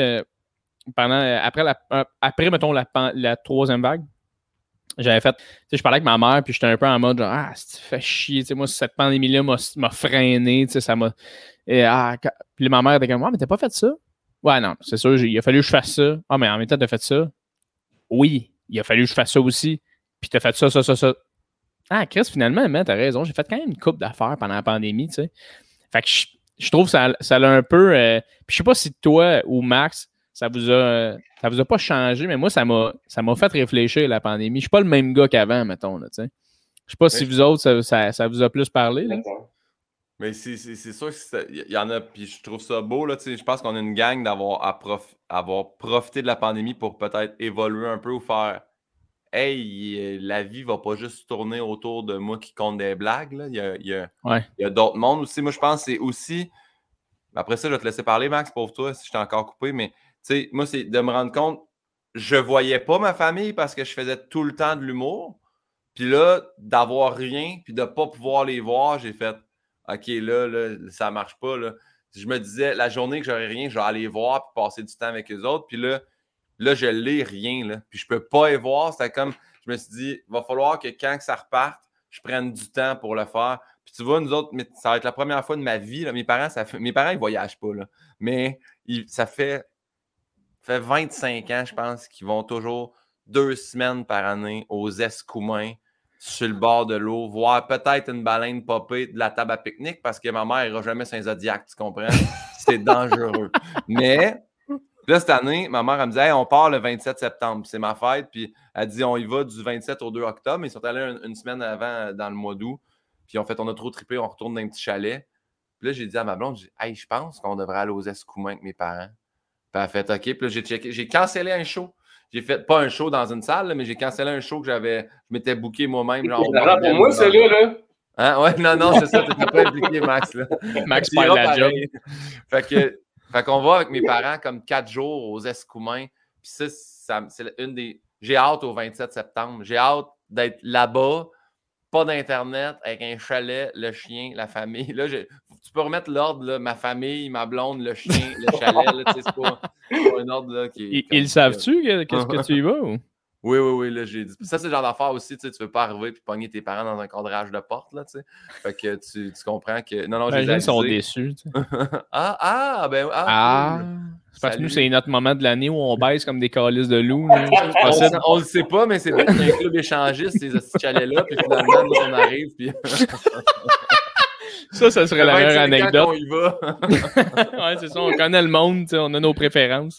après mettons, la troisième vague. J'avais fait, je parlais avec ma mère, puis j'étais un peu en mode genre, ça fait chier, moi, cette pandémie-là m'a freiné, ça m'a. Puis ma mère était comme, mais t'as pas fait ça? Ouais, non, c'est sûr, il a fallu que je fasse ça. Ah, mais en même temps, t'as fait ça? Oui, il a fallu que je fasse ça aussi. Puis t'as fait ça. Ah, Chris, finalement, mais t'as raison, j'ai fait quand même une couple d'affaires pendant la pandémie, tu sais. Fait que je trouve que ça l'a un peu. Puis je sais pas si toi ou Max, ça vous a pas changé, mais moi, ça m'a fait réfléchir, la pandémie. Je suis pas le même gars qu'avant, mettons, là, tu sais. Je sais pas si vous autres, ça vous a plus parlé, là. Mais c'est sûr qu'il y en a, puis je trouve ça beau, là, tu sais. Je pense qu'on a une gang d'avoir profité de la pandémie pour peut-être évoluer un peu ou faire hey, la vie va pas juste tourner autour de moi qui compte des blagues, là. Il y a d'autres mondes aussi. Moi, je pense que c'est aussi. Après ça, je vais te laisser parler, Max, pour toi, si je t'ai encore coupé, mais tu sais, moi, c'est de me rendre compte, je voyais pas ma famille parce que je faisais tout le temps de l'humour. Puis là, d'avoir rien, puis de ne pas pouvoir les voir, j'ai fait OK, là, ça marche pas. Là. Je me disais, la journée que j'aurais rien, je vais aller les voir puis passer du temps avec eux autres. Puis là je l'ai rien. Là. Puis je peux pas les voir. C'était comme, je me suis dit, il va falloir que quand ça reparte, je prenne du temps pour le faire. Puis tu vois, nous autres, ça va être la première fois de ma vie. Là. Mes parents, ils voyagent pas. Là. Mais ça fait 25 ans, je pense, qu'ils vont toujours 2 semaines par année aux Escoumins, sur le bord de l'eau, voir peut-être une baleine popper de la table à pique-nique parce que ma mère n'ira jamais sur un Zodiac, tu comprends? C'est dangereux. Mais là, cette année, ma mère, elle me dit hey, on part le 27 septembre, c'est ma fête. Puis elle dit on y va du 27 au 2 octobre. Ils sont allés une semaine avant, dans le mois d'août. Puis en fait, on a trop trippé, on retourne dans un petit chalet. Puis là, j'ai dit à ma blonde, hey, je pense qu'on devrait aller aux Escoumins avec mes parents. Puis elle a fait OK. Puis là, j'ai cancellé un show. J'ai fait pas un show dans une salle, là, mais j'ai cancellé un show que je m'étais booké moi-même. Genre, pour moi, celui-là. Hein? Ouais, non, c'est ça, tu n'es pas impliqué, Max. Là. Max perd la job. Fait qu'on va avec mes parents comme 4 jours aux Escoumins. Puis ça c'est une des. J'ai hâte au 27 septembre. J'ai hâte d'être là-bas, pas d'Internet, avec un chalet, le chien, la famille. Là, tu peux remettre l'ordre, là, ma famille, ma blonde, le chien, le chalet. Là, c'est pas un ordre là, qui est. Ils savent-tu qu'est-ce que tu y vas? Ou? Oui, là, j'ai dit. Ça, c'est le genre d'affaire aussi, tu veux pas arriver et pogner tes parents dans un cadrage de porte, là, tu sais. Fait que tu comprends que... Non, je les ai Ils sont avisés. déçus, tu sais. C'est parce que nous, c'est notre moment de l'année où on baisse comme des calices de loups. On le sait pas, mais c'est peut-être un club échangiste, ces petits chalets-là, puis finalement, nous, on arrive, puis... Ça serait la meilleure anecdote. On y va. Ouais, c'est ça, on connaît le monde, on a nos préférences.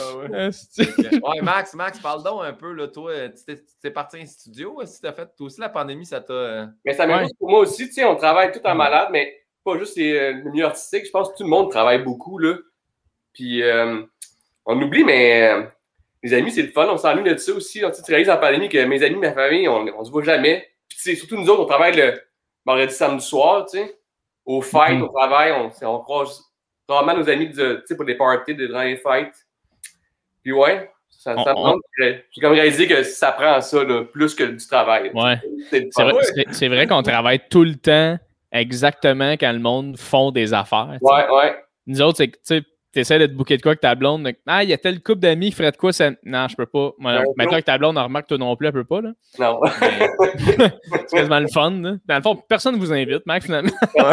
Ouais, Max, parle donc un peu, là, toi, tu t'es parti en studio, si t'as fait, toi aussi, la pandémie, ça t'a... Mais ça m'importe pour moi aussi, tu sais, on travaille tout en malade, mais pas juste le milieu artistique, je pense que tout le monde travaille beaucoup, là. Puis, on oublie, mais les amis, c'est le fun, on s'ennuie de ça aussi. Tu réalises en pandémie que mes amis, ma famille, on se voit jamais. Puis, tu sais, surtout nous autres, on travaille le vendredi, samedi soir, tu sais. Au fêtes, au travail, on croise rarement nos amis pour des parties, dans les fêtes. Puis ouais, ça me manque. J'ai comme réalisé que ça prend ça, là, plus que du travail. Ouais. C'est vrai qu'on travaille tout le temps exactement quand le monde font des affaires. Ouais. Nous autres, c'est que tu essaies de te booker de quoi avec ta blonde. Il y a tel couple d'amis qui ferait de quoi? Non, je peux pas. Maintenant que ta blonde, on remarque que toi non plus, elle peut pas. Là. Non. C'est quasiment le fun. Là. Dans le fond, personne ne vous invite, Max, finalement.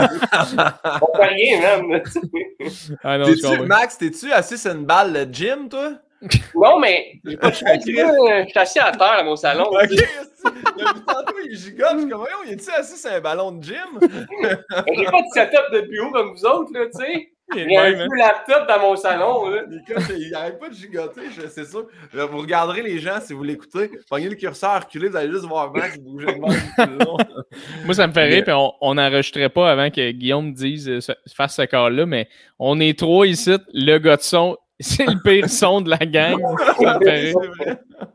On fait rien, même. Max, t'es-tu assis sur une balle de gym, toi? Non, mais je suis assis à terre à mon salon. OK. Depuis tantôt, il gigote. Je suis comme, il est-tu assis sur un ballon de gym? J'ai pas de setup de bureau comme vous autres, là, tu sais. Il y a un vieux laptop dans mon salon. Là. Il n'arrête pas de gigoter, c'est sûr. Vous regarderez les gens si vous l'écoutez. Pognez le curseur, reculez, vous allez juste voir Max bouger de même. Moi, ça me fait rire, puis on n'enregistrait pas avant que Guillaume fasse ce call-là, mais on est trois ici, le gars de son. C'est le pire son de la gang. Ça me fait rire.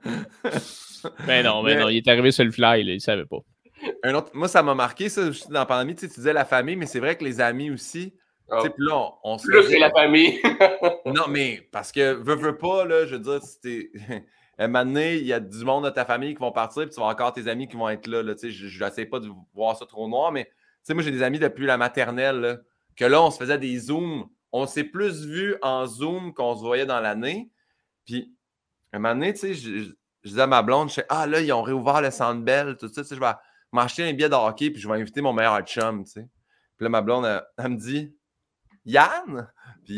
Mais non, il est arrivé sur le fly, là, il savait pas. Moi, ça m'a marqué, ça, dans la pandémie. Tu disais la famille, mais c'est vrai que les amis aussi. Puis là, on se plus c'est la famille. Non, mais parce que veux pas, là, je veux dire, si t'es. Un moment donné, il y a du monde de ta famille qui vont partir, puis tu vas encore tes amis qui vont être là. Je n'essaie pas de voir ça trop noir, mais moi, j'ai des amis depuis la maternelle, là, que là, on se faisait des zooms. On s'est plus vu en Zoom qu'on se voyait dans l'année. Puis, un moment donné, je disais à ma blonde, là, ils ont réouvert le Centre Bell, tout ça, je vais m'acheter un billet de hockey, puis je vais inviter mon meilleur chum, tu sais. Puis là, ma blonde, elle me dit, Yann,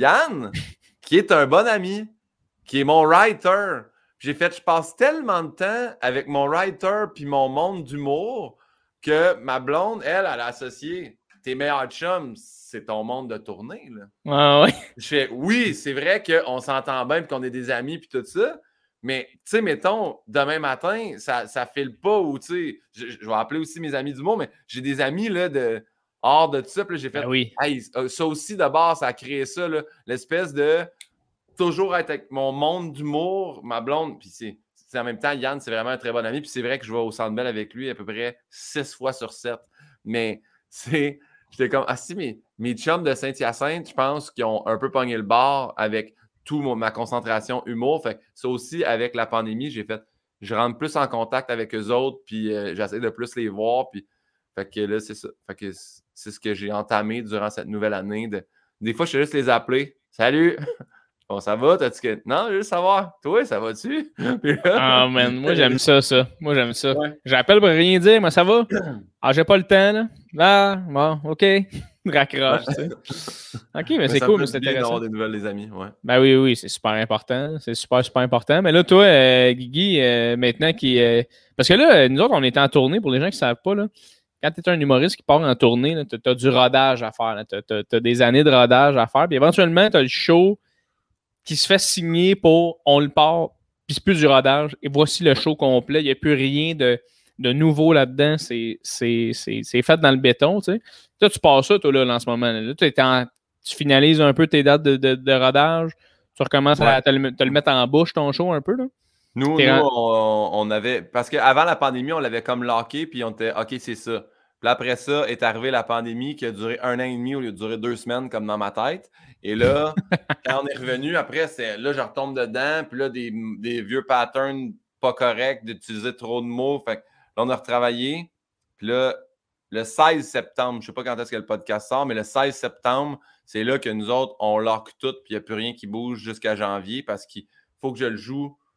qui est un bon ami, qui est mon writer. Puis j'ai fait, je passe tellement de temps avec mon writer puis mon monde d'humour que ma blonde, elle a associé tes meilleurs chums, c'est ton monde de tournée. Là. Ah ouais. Je fais, oui, c'est vrai qu'on s'entend bien et qu'on est des amis puis tout ça, mais tu sais, mettons, demain matin, ça file pas ou tu sais, je vais appeler aussi mes amis d'humour, mais j'ai des amis là, hors de tout ça, puis j'ai fait, hey, ça aussi d'abord, ça a créé ça, là, l'espèce de toujours être avec mon monde d'humour, ma blonde, puis c'est en même temps, Yann, c'est vraiment un très bon ami, puis c'est vrai que je vais au Centre Bell avec lui à peu près 6 fois sur 7, mais j'étais comme, si, mes chums de Saint-Hyacinthe, je pense qu'ils ont un peu pogné le bar avec toute ma concentration humour, fait que ça aussi, avec la pandémie, je rentre plus en contact avec eux autres, puis j'essaie de plus les voir, puis fait que là, c'est ça. Fait que c'est ce que j'ai entamé durant cette nouvelle année. Des fois, je fais juste les appeler. Salut! Bon, ça va? T'as-tu que. Non, je veux juste savoir. Toi, ça va-tu? Ah, man, moi, j'aime ça. Moi, j'aime ça. Ouais. J'appelle pour rien dire, mais ça va? Ah, j'ai pas le temps, là. Ah, bon, OK. Raccroche, tu sais. OK, mais c'est cool, mais c'est intéressant. D'avoir des nouvelles, les amis, ouais. Ben oui, c'est super important. C'est super important. Mais là, toi, Guigui, maintenant parce que là, nous autres, on est en tournée, pour les gens qui ne savent pas, là. Quand tu es un humoriste qui part en tournée, tu as du rodage à faire. Tu as des années de rodage à faire. Puis éventuellement, tu as le show qui se fait signer pour on le part, puis c'est plus du rodage. Et voici le show complet. Il n'y a plus rien de nouveau là-dedans. C'est fait dans le béton. Tu sais. Toi, tu passes ça, toi, là, en ce moment. Là, tu finalises un peu tes dates de rodage. Tu recommences à te le mettre en bouche, ton show, un peu. Là. Nous, on avait... Parce qu'avant la pandémie, on l'avait comme locké, puis on était « OK, c'est ça ». Puis après ça, est arrivée la pandémie qui a duré 1 an et demi au lieu de durer 2 semaines, comme dans ma tête. Et là, quand on est revenu, après, là, je retombe dedans, puis là, des vieux patterns pas corrects, d'utiliser trop de mots. Fait que là, on a retravaillé. Puis là, le 16 septembre, je ne sais pas quand est-ce que le podcast sort, mais le 16 septembre, c'est là que nous autres, on lock tout, puis il n'y a plus rien qui bouge jusqu'à janvier, parce qu'il faut que je le joue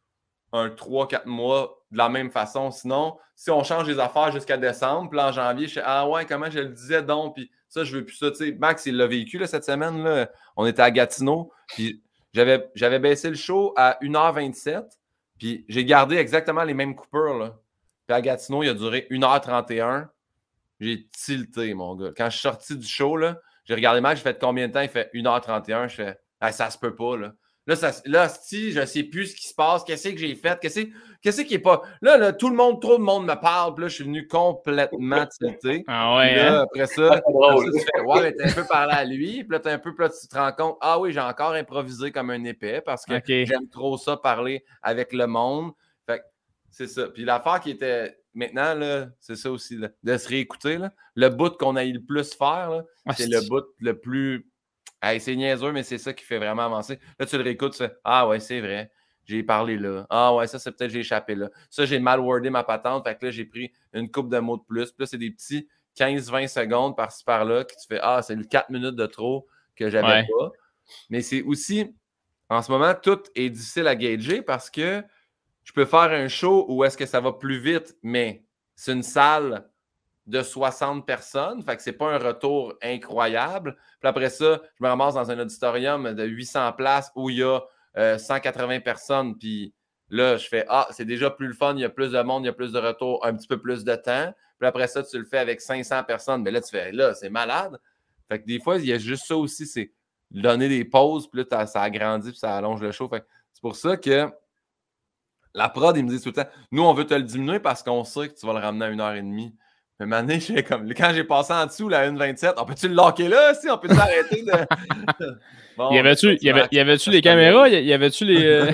un 3-4 mois de la même façon. Sinon, si on change les affaires jusqu'à décembre, puis là, en janvier, je fais ah ouais, comment je le disais donc, puis ça, je veux plus ça. Tu sais, Max, il l'a vécu là, cette semaine. Là. On était à Gatineau, puis j'avais baissé le show à 1h27, puis j'ai gardé exactement les mêmes coupures. Là. Puis à Gatineau, il a duré 1h31. J'ai tilté, mon gars. Quand je suis sorti du show, là, j'ai regardé Max, j'ai fait combien de temps? Il fait 1h31. Je fais ah, ça se peut pas, là. Là, si je sais plus ce qui se passe, qu'est-ce que j'ai fait, qu'est-ce qui est pas. Là, trop de monde me parle, puis là, je suis venu complètement tilté. Ah ouais, là, hein? après ça, tu fais ouais, mais t'as un peu parlé à lui, puis là, puis là, tu te rends compte, ah oui, j'ai encore improvisé comme un épais parce que j'aime trop ça parler avec le monde. Fait que c'est ça. Puis l'affaire qui était. Maintenant, là, c'est ça aussi, là, de se réécouter. Là. Le bout qu'on a eu le plus faire, là, c'est le bout le plus. Hey, c'est niaiseux, mais c'est ça qui fait vraiment avancer. Là, tu le réécoutes, tu fais ah ouais, c'est vrai. J'ai parlé là. Ah ouais, ça, c'est peut-être j'ai échappé là. Ça, j'ai mal wordé ma patente. Fait que là, j'ai pris une couple de mots de plus. Puis là, c'est des petits 15-20 secondes par-ci par-là que tu fais ah, c'est le 4 minutes de trop que j'avais pas. Mais c'est aussi, en ce moment, tout est difficile à gager parce que je peux faire un show où est-ce que ça va plus vite, mais c'est une salle de 60 personnes, fait que c'est pas un retour incroyable. Puis après ça, je me ramasse dans un auditorium de 800 places où il y a 180 personnes, puis là, je fais « Ah, c'est déjà plus le fun, il y a plus de monde, il y a plus de retours, un petit peu plus de temps. » Puis après ça, tu le fais avec 500 personnes, mais là, tu fais « Là, c'est malade. » Fait que des fois, il y a juste ça aussi, c'est donner des pauses, puis là, ça agrandit, puis ça allonge le show. Fait que c'est pour ça que la prod, ils me disent tout le temps « Nous, on veut te le diminuer parce qu'on sait que tu vas le ramener à 1h30. » Mais maintenant, quand j'ai passé en dessous, la 1h27, on peut-tu le locker là aussi? On peut-tu arrêter de. Bon, y avait-tu les caméras? Y avait-tu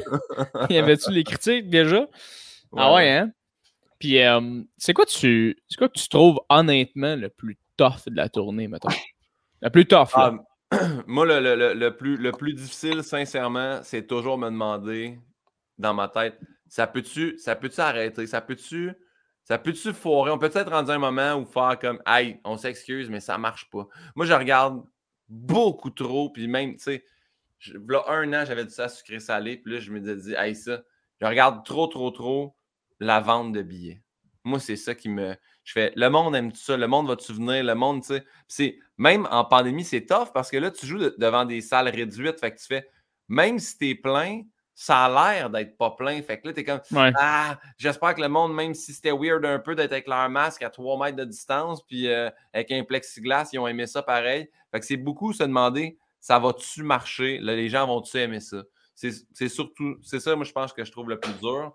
les critiques déjà? Ouais. Ah ouais, hein? Puis, c'est quoi que tu trouves honnêtement le plus tough de la tournée, mettons? Le plus tough, là. Moi, le plus difficile, sincèrement, c'est toujours me demander dans ma tête, ça peut-tu arrêter? Ça peut-tu foirer? On peut être rendu un moment où faire comme « Hey, on s'excuse, mais ça marche pas. » Moi, je regarde beaucoup trop, puis même, tu sais, là, 1 an, j'avais dit ça sucré-salé, puis là, je me disais « Hey, ça, je regarde trop la vente de billets. » Moi, c'est ça qui me... Je fais, le monde aime tout ça, le monde va-tu venir, le monde, tu sais. Même en pandémie, c'est tough parce que là, tu joues devant des salles réduites, fait que tu fais, même si t'es plein, ça a l'air d'être pas plein. Fait que là, t'es comme, ah, j'espère que le monde, même si c'était weird un peu d'être avec leur masque à 3 mètres de distance, puis avec un plexiglas, ils ont aimé ça pareil. Fait que c'est beaucoup se demander, ça va-tu marcher? Là, les gens vont-tu aimer ça? C'est surtout, c'est ça, moi, je pense que je trouve le plus dur.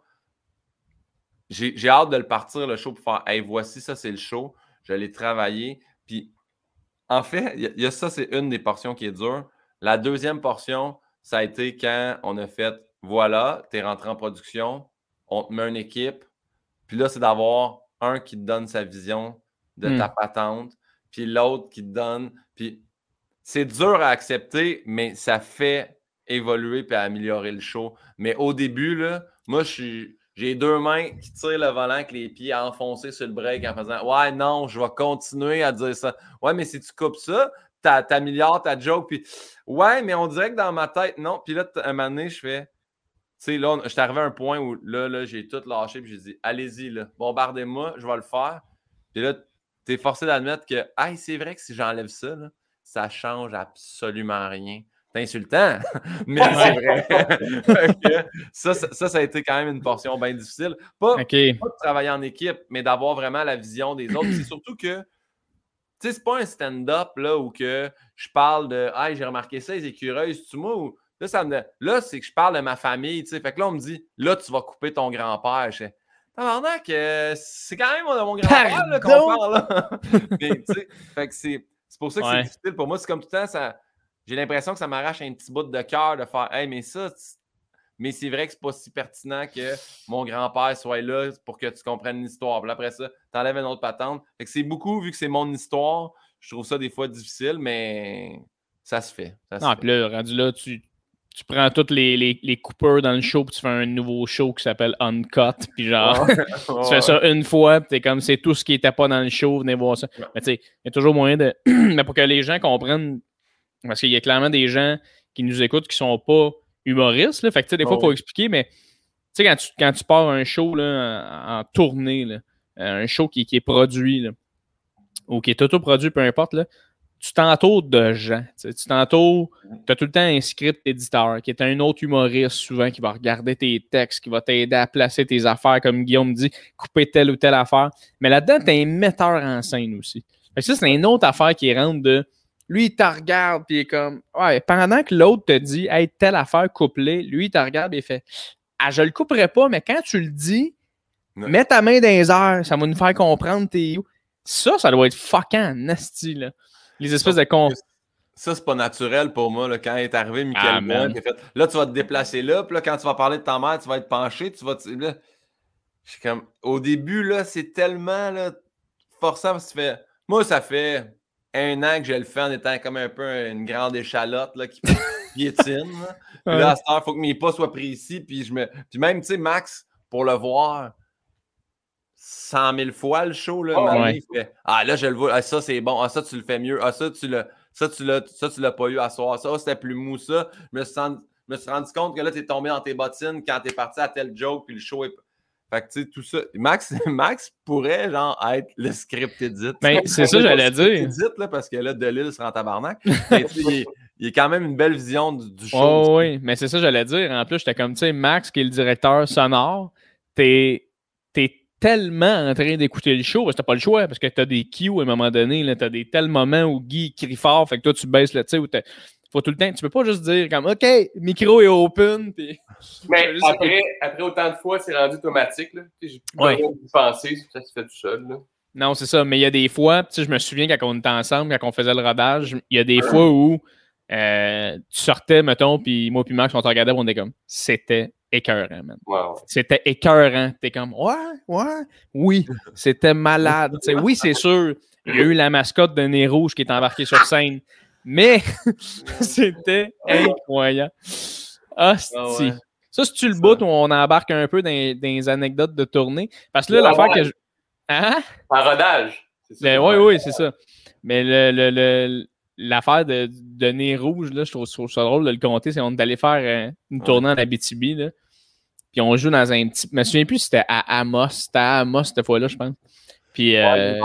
J'ai hâte de le partir, le show, pour faire, hey, voici, ça, c'est le show. Je l'ai travaillé. Puis, en fait, il y a ça, c'est une des portions qui est dure. La deuxième portion, ça a été quand on a fait, voilà, tu es rentré en production, on te met une équipe. Puis là, c'est d'avoir un qui te donne sa vision de ta patente, puis l'autre qui te donne. Puis, c'est dur à accepter, mais ça fait évoluer et améliorer le show. Mais au début, là, moi, j'ai 2 mains qui tirent le volant avec les pieds enfoncés sur le break en faisant « Ouais, non, je vais continuer à dire ça. Ouais, mais si tu coupes ça, t'améliores ta joke. » Puis « Ouais, mais on dirait que dans ma tête, non. » Puis là, un moment donné, je fais... Tu sais, là, je suis arrivé à un point où là j'ai tout lâché puis j'ai dit « Allez-y, là, bombardez-moi, je vais le faire. » Puis là, t'es forcé d'admettre que « Hey, c'est vrai que si j'enlève ça, là, ça change absolument rien. » C'est insultant, mais c'est vrai. ça a été quand même une portion bien difficile. Pas de travailler en équipe, mais d'avoir vraiment la vision des autres. C'est surtout que, tu sais, c'est pas un stand-up là, où que je parle de « Hey, j'ai remarqué ça, les écureuils, tu moi? » Ou là, c'est que je parle de ma famille, tu sais. Fait que là, on me dit « Là, tu vas couper ton grand-père. » Je fais « Tabarnak, c'est quand même mon grand-père là, qu'on parle. Là. » Mais, tu sais, fait que c'est pour ça que c'est difficile. Pour moi, c'est comme tout le temps, ça... J'ai l'impression que ça m'arrache un petit bout de cœur de faire « Hey, mais ça, mais c'est vrai que c'est pas si pertinent que mon grand-père soit là pour que tu comprennes l'histoire. » Puis après ça, t'enlèves une autre patente. Fait que c'est beaucoup, vu que c'est mon histoire, je trouve ça des fois difficile, mais ça se fait. Puis là, rendu là, tu prends toutes les coupeurs dans le show puis tu fais un nouveau show qui s'appelle Uncut. Puis genre, tu fais ça une fois puis t'es comme, c'est tout ce qui était pas dans le show, venez voir ça. Ouais. Mais tu sais, il y a toujours moyen de... Mais pour que les gens comprennent... Parce qu'il y a clairement des gens qui nous écoutent qui ne sont pas humoristes. Là. Fait que, des fois, il faut expliquer, mais Tu sais, quand tu pars un show là, en tournée, là, un show qui est produit, là, ou qui est autoproduit, peu importe, là, tu t'entoures de gens. Tu t'entoures, tu as tout le temps un script éditeur qui est un autre humoriste souvent qui va regarder tes textes, qui va t'aider à placer tes affaires, comme Guillaume dit, couper telle ou telle affaire. Mais là-dedans, tu as un metteur en scène aussi. Fait que ça, c'est une autre affaire qui rentre de... Lui, il te regarde, puis il est comme... Ouais, pendant que l'autre te dit, hey, telle affaire, coupe-les, lui, il te regarde et il fait... Ah, je le couperai pas, mais quand tu le dis, mets ta main dans les airs, ça va nous faire comprendre t'es où. Ça doit être fucking nasty, là. Les espèces de cons. Ça, c'est pas naturel pour moi. Là, quand il est arrivé, Michael Boin, il a fait là, tu vas te déplacer là, puis là, quand tu vas parler de ta mère, tu vas être penché, tu vas. Là, je suis comme. Au début, là, c'est tellement là, forçant parce que tu fais. Moi, ça fait 1 an que je le fais en étant comme un peu une grande échalote là, qui piétine. Puis là, à cette heure, il faut que mes pas soient précis. Puis même, tu sais, Max, pour le voir 100 000 fois le show, là, il fait ah là, je le vois, ah, ça c'est bon, ah ça tu le fais mieux, ah ça tu l'as pas eu à soir, ça c'était plus mou, ça. Je me suis rendu compte que là, t'es tombé dans tes bottines quand t'es parti à tel joke, puis le show est. Fait que tu sais, tout ça. Max pourrait genre être le script edit. Mais c'est ça, j'allais dire. Edit, là, parce que là, Delisle sera en tabarnak. Mais, il est quand même une belle vision du show. Oh, oui, mais c'est ça, j'allais dire. En plus, j'étais comme, tu sais, Max, qui est le directeur sonore, t'es tellement en train d'écouter le show, parce que t'as pas le choix, parce que t'as des cues à un moment donné, là, t'as des tels moments où Guy crie fort, fait que toi, tu baisses le, tu sais, où faut tout le temps, tu peux pas juste dire comme, OK, micro est open, puis... Mais après autant de fois, c'est rendu automatique, là. J'ai plus besoin de penser, ça se fait tout seul, là. Non, c'est ça, mais il y a des fois, tu sais, je me souviens quand on était ensemble, quand on faisait le rodage, il y a des fois où tu sortais, mettons, puis moi puis Max, on te regardait, on était comme, c'était écœurant, man. Wow. C'était écœurant. T'es comme, oui, c'était malade. T'sais, oui, c'est sûr, il y a eu la mascotte de Nez Rouge qui est embarquée sur scène, mais c'était incroyable. Hostie. Ça, c'est-tu le bout où on embarque un peu dans les anecdotes de tournée? Parce que là, l'affaire que je... Hein? En rodage. Oui, c'est ça. Mais l'affaire de Nez Rouge, là, je trouve ça drôle de le compter, c'est qu'on est allé faire une tournée en Abitibi, là. Puis on joue dans un petit... Je me souviens plus si c'était à Amos. C'était à Amos cette fois-là, je pense. Puis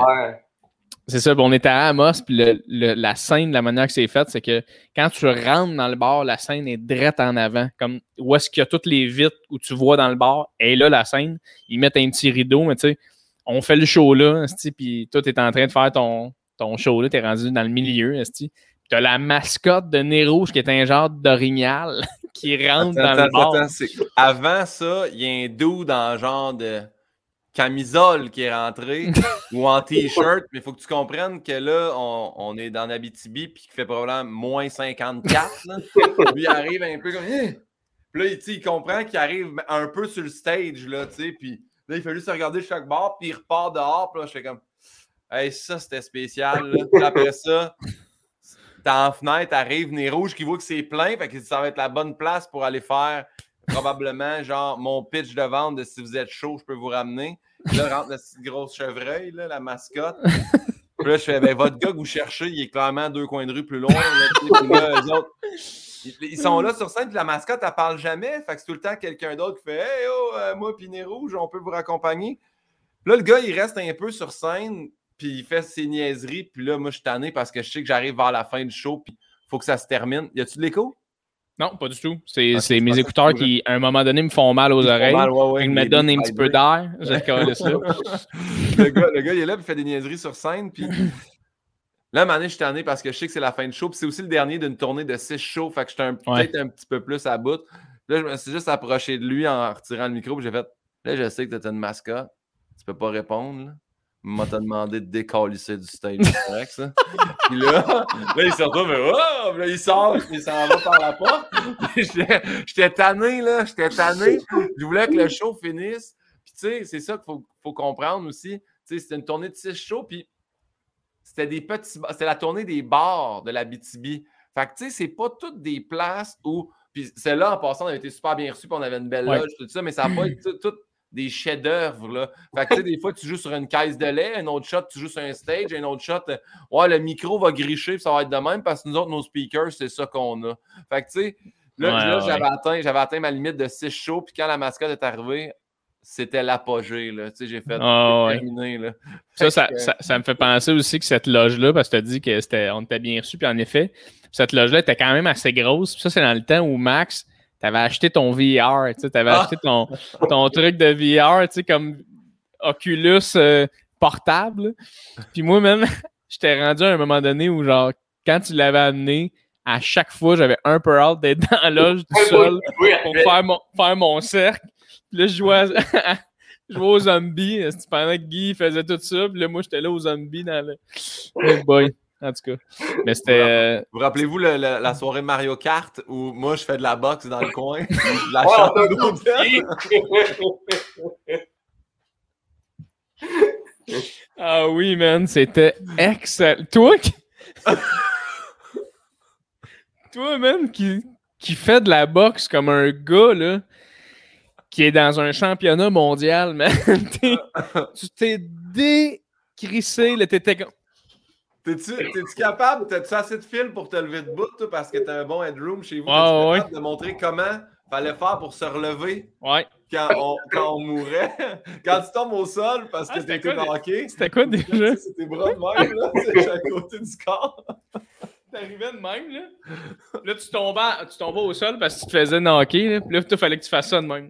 c'est ça, on était à Amos, puis la scène, la manière que c'est faite, c'est que quand tu rentres dans le bar, la scène est drette en avant. Comme où est-ce qu'il y a toutes les vitres où tu vois dans le bar, et là, la scène, ils mettent un petit rideau, mais tu sais, on fait le show là, puis toi, t'es en train de faire ton show là, t'es rendu dans le milieu, puis t'as la mascotte de Nez Rouge qui est un genre d'orignal qui rentre dans le bar. Avant ça, il y a un dude dans le genre de camisole qui est rentré ou en t-shirt, mais il faut que tu comprennes que là, on est dans Abitibi puis qu'il fait probablement moins 54. Là. Lui, il arrive un peu comme... Puis là, il comprend qu'il arrive un peu sur le stage, là, tu sais, puis là, il fait juste regarder chaque bar, puis il repart dehors, puis là, je fais comme... Hey, ça, c'était spécial, là. Puis après ça... T'es en fenêtre, arrive Nez Rouge qui voit que c'est plein, fait que ça va être la bonne place pour aller faire probablement genre mon pitch de vente de si vous êtes chaud, je peux vous ramener. Puis là, rentre la petite grosse chevreuil, là, la mascotte. Puis là, je fais, ben votre gars que vous cherchez, il est clairement 2 coins de rue plus loin. Là, puis là, eux autres, ils sont là sur scène, puis la mascotte, elle parle jamais. Fait que c'est tout le temps quelqu'un d'autre qui fait, hey, moi, puis Nez Rouge, on peut vous raccompagner. Puis là, le gars, il reste un peu sur scène. Puis il fait ses niaiseries, puis là, moi, je suis tanné parce que je sais que j'arrive vers la fin du show, puis il faut que ça se termine. Y a-tu de l'écho? Non, pas du tout. C'est mes écouteurs qui, à un moment donné, me font mal aux oreilles. Ils me donnent un petit peu d'air. Le gars, il est là, puis il fait des niaiseries sur scène, puis là, à un moment donné, je suis tanné parce que je sais que c'est la fin du show, puis c'est aussi le dernier d'une tournée de 6 shows, fait que j'étais peut-être un petit peu plus à bout. Là, je me suis juste approché de lui en retirant le micro, puis j'ai fait, là, je sais que t'as une mascotte, tu peux pas répondre, là. M'a demandé de décalisser du stage direct, ça. Puis là, il se retrouve, là, il sort, il s'en va par la porte. J'étais tanné, là, Je voulais que le show finisse. Puis tu sais, c'est ça qu'il faut comprendre aussi. Tu sais, c'était une tournée de 6 shows, puis c'était la tournée des bars de l'Abitibi. Fait que tu sais, c'est pas toutes des places où... Puis celle-là, en passant, on avait été super bien reçus, puis on avait une belle loge, tout ça, mais ça n'a pas été tout des chefs-d'œuvre, là. Fait que, tu sais, des fois, tu joues sur une caisse de lait, un autre shot, tu joues sur un stage, un autre shot, le micro va gricher, puis ça va être de même, parce que nous autres, nos speakers, c'est ça qu'on a. Fait que, tu sais, Là, j'avais atteint ma limite de 6 shows, puis quand la mascotte est arrivée, c'était l'apogée, là. Tu sais, j'ai fait terminer, là. Ça me fait penser aussi que cette loge-là, parce que tu as dit qu'on était bien reçu, puis en effet, cette loge-là était quand même assez grosse. Puis ça, c'est dans le temps où Max, t'avais acheté ton VR, tu sais, t'avais acheté ton truc de VR, tu sais, comme Oculus portable. Puis moi-même, j'étais rendu à un moment donné où, genre, quand tu l'avais amené, à chaque fois, j'avais un peu hâte d'être dans la loge tout seul pour faire mon cercle. Puis là, je jouais aux zombies pendant que Guy faisait tout ça. Puis là, moi, j'étais là aux zombies dans le... Oh boy, en tout cas. Mais c'était... Vous rappelez-vous la soirée Mario Kart où moi, je fais de la boxe dans le coin? La chambre d'hôtel. Ah oui, man, c'était excellent. Toi, man, qui fait de la boxe comme un gars, là, qui est dans un championnat mondial, man. Tu t'es décrissé, là, t'étais... T'es-tu capable? T'as-tu assez de fil pour te lever debout, toi, parce que t'as un bon headroom chez vous? Ah, T'es capable de montrer comment fallait faire pour se relever quand on mourait? Quand tu tombes au sol parce que t'étais knocké. C'était quoi déjà? C'est tes bras de même, là, c'est à côté du corps. T'arrivais de même, là. Là, tu tombais au sol parce que tu te faisais knocker, là. Puis là, il fallait que tu fasses ça de même.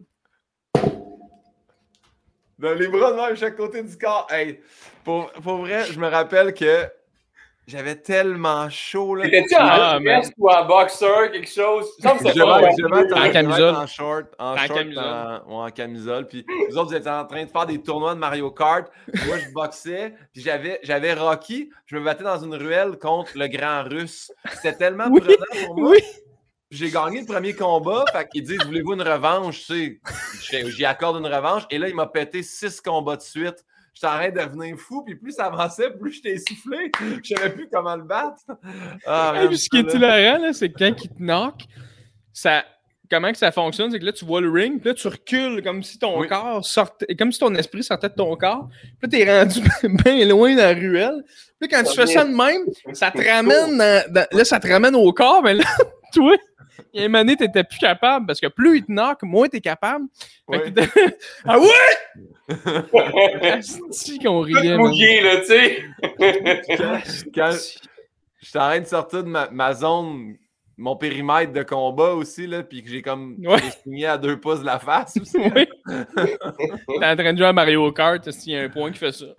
Les bras de même, chaque côté du corps. Hey, pour vrai, je me rappelle que j'avais tellement chaud, là. T'étais-tu en veste ou en boxeur, quelque chose? En camisole. En short, en camisole. Puis vous autres, vous étiez en train de faire des tournois de Mario Kart. Moi, je boxais. Puis j'avais Rocky. Je me battais dans une ruelle contre le grand russe. C'était tellement prenant pour moi. Oui. J'ai gagné le premier combat. Fait qu'ils disent, voulez-vous une revanche? Tu sais, j'y accorde une revanche. Et là, il m'a pété 6 combats de suite. J'étais en train de devenir fou, puis plus ça avançait, plus j'étais essoufflé. Je savais plus comment le battre. Puis ce qui est hilarant, là, c'est que quand il te knock, comment que ça fonctionne, c'est que là, tu vois le ring, puis là, tu recules comme si ton corps sortait, comme si ton esprit sortait de ton corps. Puis là, t'es rendu bien loin dans la ruelle. Puis quand tu fais ça de même, ça te ramène là, ça te ramène au corps, mais là, toi, il y a une année, t'étais plus capable, parce que plus il te knock, moins t'es capable. Fait que ah ouais! C'est qu'on riait. Mouillé, là, tu sais. Quand j'étais en train de sortir de ma zone, mon périmètre de combat aussi, là, puis que j'ai comme signé à 2 pouces de la face aussi. Oui. T'es en train de jouer à Mario Kart, il y a un point qui fait ça.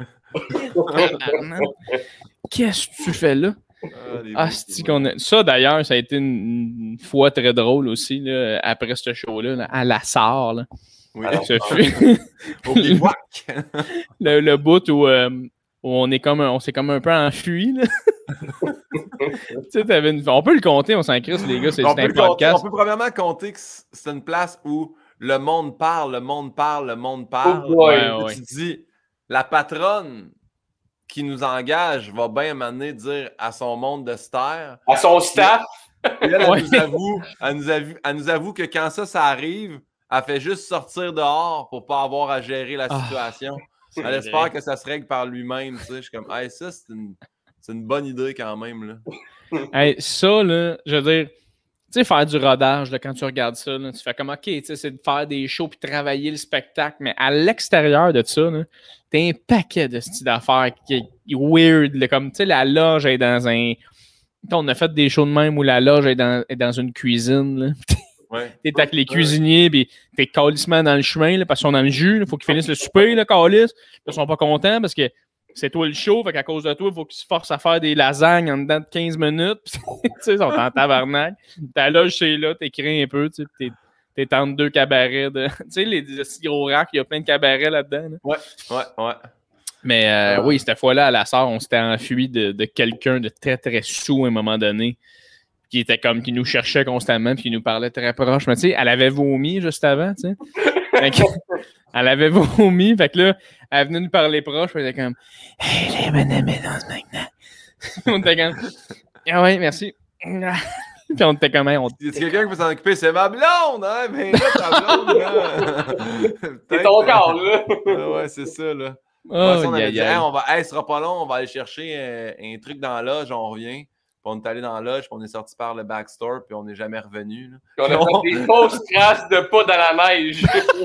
Qu'est-ce que tu fais là? Ça, d'ailleurs, ça a été une fois très drôle aussi, là, après ce show-là, là, à la SAR. Là. Oui, au bivouac. le bout où on s'est comme un peu enfui. On peut le compter, on s'en crisse, les gars, c'est un podcast. On peut premièrement compter que c'est une place où le monde parle. Ouais. Tu dis, la patronne qui nous engage va bien m'amener dire à son monde de se taire. À son staff. Et elle nous avoue que quand ça arrive, elle fait juste sortir dehors pour pas avoir à gérer la situation. Elle espère que ça se règle par lui-même. Tu sais. Je suis comme, hey, ça, c'est une bonne idée quand même. Là. Hey, ça, là, je veux dire, tu sais, faire du rodage, là, quand tu regardes ça, là, tu fais comme, OK, tu sais, c'est de faire des shows puis travailler le spectacle, mais à l'extérieur de ça, t'as un paquet de styles d'affaires qui est weird, là, comme, tu sais, la loge est dans un... On a fait des shows de même où la loge est dans une cuisine, là. T'es avec les cuisiniers, puis t'es calissement dans le chemin, là, parce qu'ils sont dans le jus, il faut qu'ils finissent le souper, là, calice. Ils sont pas contents parce que c'est toi le show, fait qu'à cause de toi, il faut qu'ils se forcent à faire des lasagnes en dedans de 15 minutes. Tu sais, ils sont en tabarnak. Ta loge, c'est là, t'écris un peu, tu sais, t'es entre 2 cabarets. Tu sais, les gros racks, il y a plein de cabarets là-dedans. Là. Ouais. Mais oui, cette fois-là, à la SAR, on s'était enfui de quelqu'un de très, très sous à un moment donné, qui était comme, qui nous cherchait constamment, puis qui nous parlait très proche. Mais tu sais, elle avait vomi juste avant, tu sais. Elle avait vomi, fait que là, elle venait nous parler proche, puis elle était comme, hey, j'ai mon aimé dans ce maintenant. On était comme, ah ouais, merci. Puis on était comme, y a quelqu'un qui peut s'en occuper? C'est ma blonde, hein? Mais là, ta blonde, là. C'est ton corps, là. Ouais, c'est ça, là. Oh, on avait dit, hey, sera pas long, on va aller chercher un truc dans la loge, on revient. Puis on est allé dans la loge, puis on est sorti par le backstore, puis on n'est jamais revenu. Puis on a fait des fausses traces de pas dans la neige.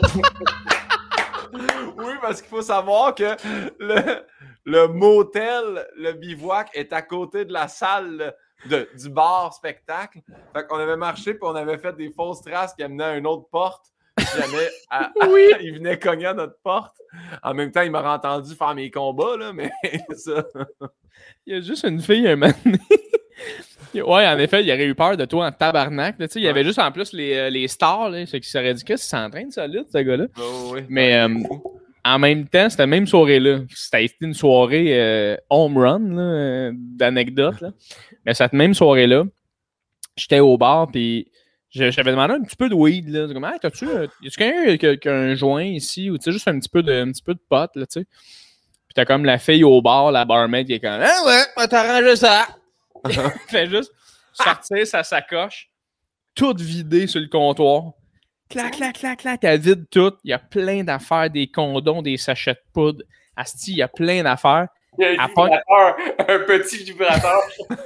Oui, parce qu'il faut savoir que le motel, le bivouac, est à côté de la salle du bar spectacle. Fait qu'on avait marché, puis on avait fait des fausses traces qui amenaient à une autre porte. Si jamais il venait cogner à notre porte. En même temps, il m'aurait entendu faire mes combats, là, mais ça... Il y a juste une fille, un moment donné. Ouais, en effet, il aurait eu peur de toi en tabarnak. Là, il y avait juste en plus les stars. Là, c'est qui s'aurait dit que c'est en train de ça lutte, ce gars-là. Oh, oui. Mais en même temps, c'était la même soirée-là. C'était une soirée home run là, d'anecdotes. Là. Mais cette même soirée-là, j'étais au bar, puis j'avais demandé un petit peu de weed. Là. Comme, hey, t'as-tu quelqu'un qui a un joint ici ou juste un petit peu de pot, là, tu sais. Puis t'as comme la fille au bar, la barmaid, qui est comme, ah ouais, on va t'arranger ça. Fait juste sortir sa sacoche, toute vidée sur le comptoir. Clac, clac, clac, clac, elle vide tout. Il y a plein d'affaires, des condoms, des sachets de poudre. Asti, il y a plein d'affaires. Il y a un vibrateur, un petit vibrateur.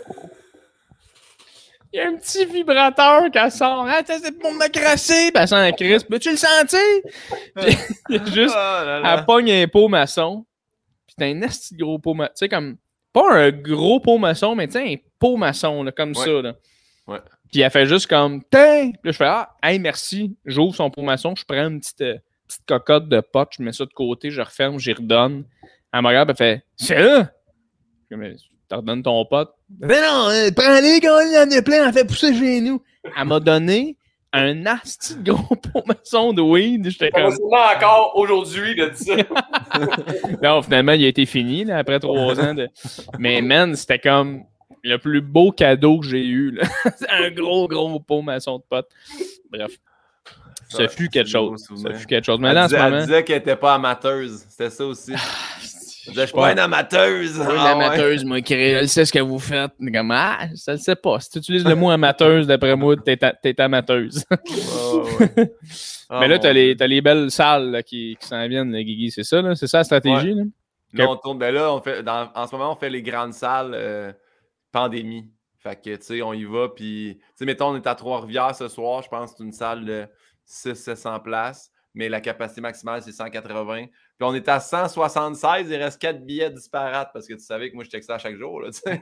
Il y a un petit vibrateur qui sort. Ah, c'est pour me crasser. Ben, ça en crisse. Peux-tu le sentir? Puis, il y a juste, elle pogne un pot maçon. Puis t'as un esti de gros pot maçon. Tu sais, comme, pas un gros pot maçon, mais tu sais, un pot maçon, là, comme ça, là. Ouais. Puis elle fait juste comme, tiens! Puis là, je fais, ah, hey, merci. J'ouvre son pot maçon, je prends une petite cocotte de pot, je mets ça de côté, je referme, j'y redonne. Elle me regarde, elle fait, c'est là! Mais tu te redonnes ton pot. Mais non, prends-les quand il y en a plein, elle fait pousser chez nous. Elle m'a donné un asti de gros pot maçon de weed. J'étais comme. Sûrement encore aujourd'hui de ça. Non, finalement, il a été fini là, après 3 ans. Mais man, c'était comme le plus beau cadeau que j'ai eu. Là. Un gros pot maçon de potes. Bref. Ça fut quelque chose. Ça fut quelque chose. Mais là, en ce moment. Elle disait qu'elle n'était pas amateuse. C'était ça aussi. Je suis pas une amateuse. Oui, l'amateuse, moi, elle sait ce que vous faites. Comme, ah, ça le sait pas. Si tu utilises le mot amateuse, d'après moi, t'es amateuse. Ouais. Mais là, t'as les belles salles là, qui s'en viennent, là, Guigui. C'est ça, là? C'est ça la stratégie? Ouais. Là? Là, on tourne. Ben là, en ce moment, on fait les grandes salles pandémie. Fait que, tu sais, on y va. Puis, tu sais, mettons, on est à Trois-Rivières ce soir. Je pense que c'est une salle de 600-700 places. Mais la capacité maximale, c'est 180. Puis on est à 176, il reste 4 billets disparates parce que tu savais que moi, je textais à chaque jour. Là, tu sais.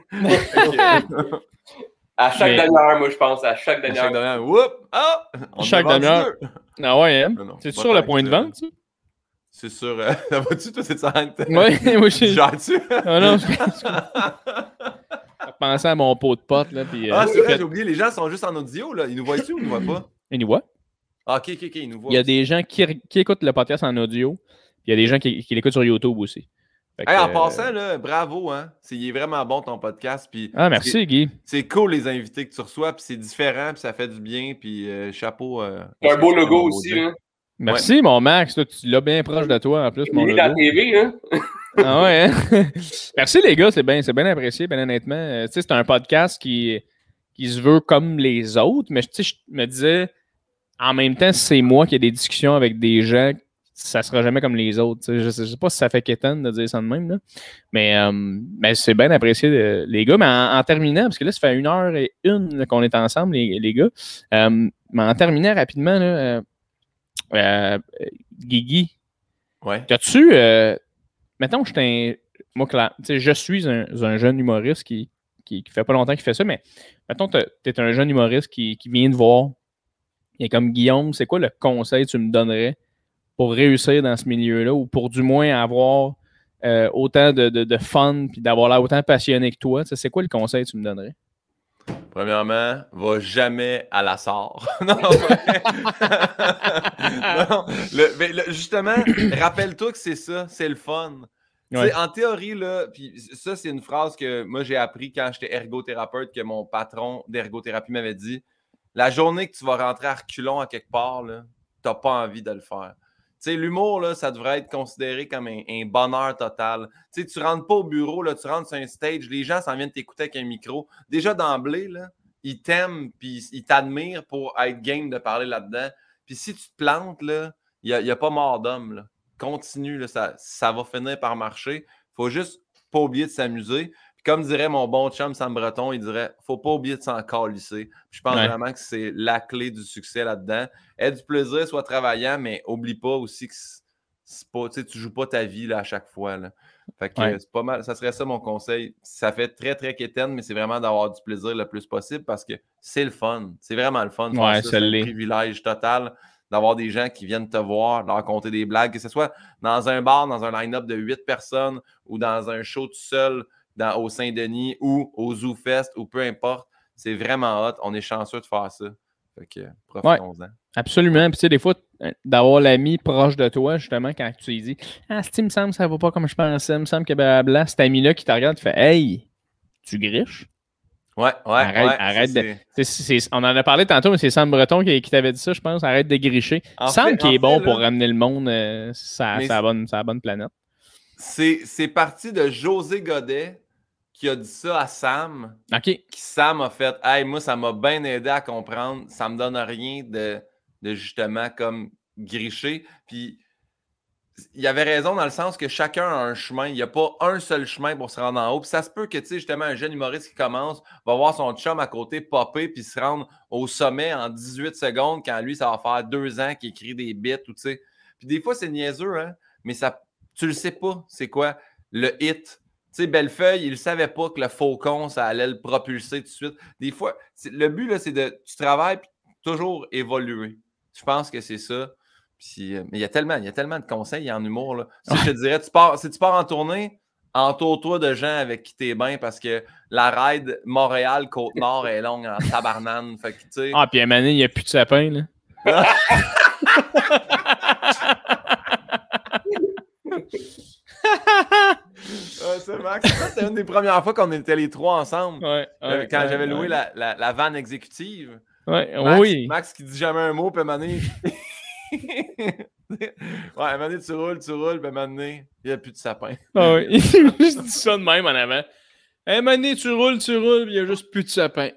À chaque demi-heure, moi, je pense. À chaque demi-heure. Whoop! Ah! Chaque demi-heure. Ah ouais, hein? C'est sur le point de vente, ça? C'est sûr. Ça va-tu, toi, c'est ça? Oui, moi, je Gères-tu? Ah non, je pensais à mon pot de pote, là. Puis, c'est vrai, j'ai oublié. Les gens sont juste en audio, là. Ils nous voient-tu ou ils nous voient pas? Ils nous voient. Ah, ok, ils nous voient. Il y a des gens qui écoutent le podcast en audio, puis il y a des gens qui l'écoutent sur YouTube aussi. En passant, là, bravo, hein. Il est vraiment bon ton podcast. Puis merci, Guy. C'est cool les invités que tu reçois, puis c'est différent, puis ça fait du bien, puis chapeau. C'est un beau logo aussi, hein. Merci, mon Max. Toi, tu l'as bien proche de toi, en plus, mon logo. Il est dans la TV, hein. Ah ouais, hein? Merci, les gars. C'est bien apprécié, bien honnêtement. Tu sais, c'est un podcast qui se veut comme les autres, mais tu sais, je me disais, en même temps, si c'est moi qui ai des discussions avec des gens, ça sera jamais comme les autres. Je sais pas si ça fait quétaine de dire ça de même, là. Mais c'est bien apprécié, les gars. Mais en terminant, parce que là, ça fait 1h01 là, qu'on est ensemble, les gars. Mais en terminant rapidement, là, Guigui, ouais. As-tu... mettons que je suis un jeune humoriste qui fait pas longtemps qu'il fait ça, mais mettons que tu es un jeune humoriste qui vient de voir. Et comme Guillaume, c'est quoi le conseil que tu me donnerais pour réussir dans ce milieu-là ou pour du moins avoir autant de fun puis d'avoir l'air autant passionné que toi? C'est quoi le conseil que tu me donnerais? Premièrement, va jamais à la SAR. Justement, rappelle-toi que c'est ça, c'est le fun. Ouais. En théorie, là, puis ça, c'est une phrase que moi j'ai appris quand j'étais ergothérapeute, que mon patron d'ergothérapie m'avait dit. La journée que tu vas rentrer à reculons à quelque part, tu n'as pas envie de le faire. Tu sais, l'humour, là, ça devrait être considéré comme un bonheur total. Tu sais, tu rentres pas au bureau, là, tu rentres sur un stage, les gens s'en viennent t'écouter avec un micro. Déjà d'emblée, là, ils t'aiment puis ils t'admirent pour être game de parler là-dedans. Puis si tu te plantes, il n'y a pas mort d'homme. Là. Continue, là, ça va finir par marcher. Faut juste pas oublier de s'amuser. Puis comme dirait mon bon chum Sam Breton, il dirait « Faut pas oublier de s'en calisser. » Je pense vraiment que c'est la clé du succès là-dedans. Aie du plaisir, sois travaillant, mais oublie pas aussi que c'est pas, tu joues pas ta vie là, à chaque fois. Là. Fait que c'est pas mal. Ça serait ça mon conseil. Ça fait très, très quétaine, mais c'est vraiment d'avoir du plaisir le plus possible parce que c'est le fun. C'est vraiment le fun. C'est un privilège total d'avoir des gens qui viennent te voir, de raconter des blagues, que ce soit dans un bar, dans un line-up de 8 personnes ou dans un show tout seul au Saint-Denis ou au Zoo Fest ou peu importe. C'est vraiment hot. On est chanceux de faire ça. Fait que profitons-en. Absolument. Puis tu sais, des fois, d'avoir l'ami proche de toi, justement, quand tu lui dis « Ah, il me semble que ça va pas comme je pensais, il me semble que blablabla », cet ami-là qui te regarde, tu fais « Hey, tu griches? » Arrête de... on en a parlé tantôt, mais c'est Sam Breton qui t'avait dit ça, je pense. Arrête de gricher. Sam qui est bon pour ramener le monde sur la bonne planète. C'est parti de José Godet qui a dit ça à Sam. Qui Sam a fait « Hey, moi, ça m'a bien aidé à comprendre. Ça me donne rien de justement comme gricher. » Puis il avait raison dans le sens que chacun a un chemin. Il n'y a pas un seul chemin pour se rendre en haut. Puis ça se peut que, tu sais, justement, un jeune humoriste qui commence va voir son chum à côté popper puis se rendre au sommet en 18 secondes quand lui, ça va faire 2 ans qu'il écrit des bits ou tu sais. Puis des fois, c'est niaiseux, hein? Mais ça, tu le sais pas, c'est quoi le hit. Tu sais, Bellefeuille, il ne savait pas que le faucon, ça allait le propulser tout de suite. Des fois, le but, là, c'est de tu travailles puis toujours évoluer. Je pense que c'est ça. Puis, mais il y a tellement de conseils en humour. Là. Si je te dirais, si tu pars en tournée, entoure-toi de gens avec qui t'es bien parce que la ride Montréal-Côte-Nord est longue en tabarnane. Fait que, tu sais... puis à un moment donné, il n'y a plus de sapin. Là. C'est Max. C'était une des premières fois qu'on était les 3 ensemble. Quand j'avais loué la vanne exécutive. Max qui dit jamais un mot, puis à un moment donné... à un moment donné, tu roules, puis à un moment donné, il n'y a plus de sapin. Je dis ça de même en avant. À un moment donné, tu roules, puis il n'y a juste plus de sapin.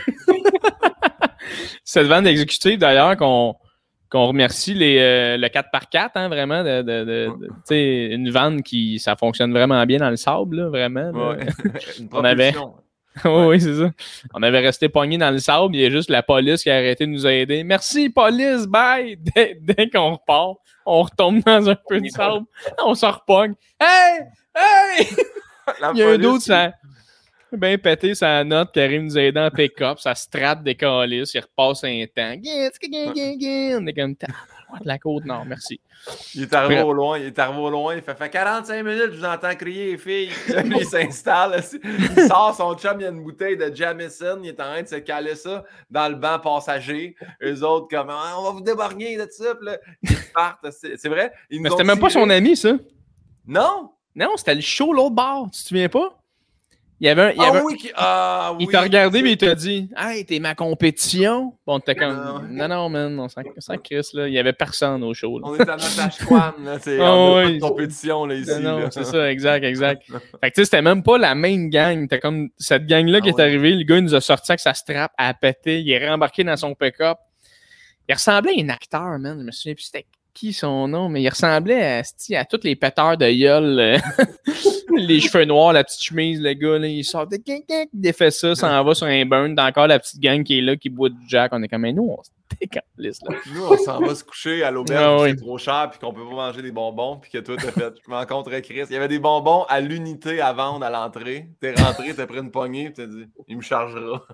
Cette vanne exécutive, d'ailleurs, qu'on remercie le 4x4, hein, vraiment, une vanne qui, ça fonctionne vraiment bien dans le sable, là, vraiment. Là. Une propulsion. Oui, c'est ça. On avait resté pogné dans le sable. Il y a juste la police qui a arrêté de nous aider. Merci, police, bye! Dès qu'on repart, on retombe dans un peu de sable. On s'en repogne. Hey! Il y a un d'autre, ça bien pété sa note qui arrive nous aider en pick-up. Ça strate des calices. Il repasse un temps. On est comme de la côte nord, merci. Il est arrivé au loin. Il fait 45 minutes, je vous entends crier, les filles. Puis il s'installe. Il sort son chum, il y a une bouteille de Jameson. Il est en train de se caler ça dans le banc passager. Eux autres, comme on va vous débarquer de ça. Puis là, ils partent. C'est vrai. Mais c'était même pas son ami, ça. Non? Non, c'était le show l'autre bar. Tu te souviens pas? Il t'a regardé et il t'a dit « Hey, t'es ma compétition? » Bon, t'es comme « Non, man, on s'en crisse, là. » Il y avait personne au show. Là. On est à notre H-Quan, là. C'est une compétition, là, ici. Non, c'est ça, exact. Fait que, tu sais, c'était même pas la même gang. T'as comme cette gang-là qui est arrivée. Le gars, il nous a sorti avec sa strap à péter. Il est rembarqué dans son pick-up. Il ressemblait à un acteur, man. Je me souviens plus c'était qui son nom, mais il ressemblait à tous les péteurs de gueule. Les cheveux noirs, la petite chemise, le gars, là, il sort il défait ça, s'en va sur un burn. T'as encore la petite gang qui est là, qui boit du Jack. On est comme, mais nous, on se décalisse, là. Nous, on s'en va se coucher à l'auberge, c'est trop cher, puis qu'on peut pas manger des bonbons, puis que toi, t'as fait, je me rencontre Chris. Il y avait des bonbons à l'unité à vendre à l'entrée. T'es rentré, t'as pris une poignée, puis t'as dit, il me chargera.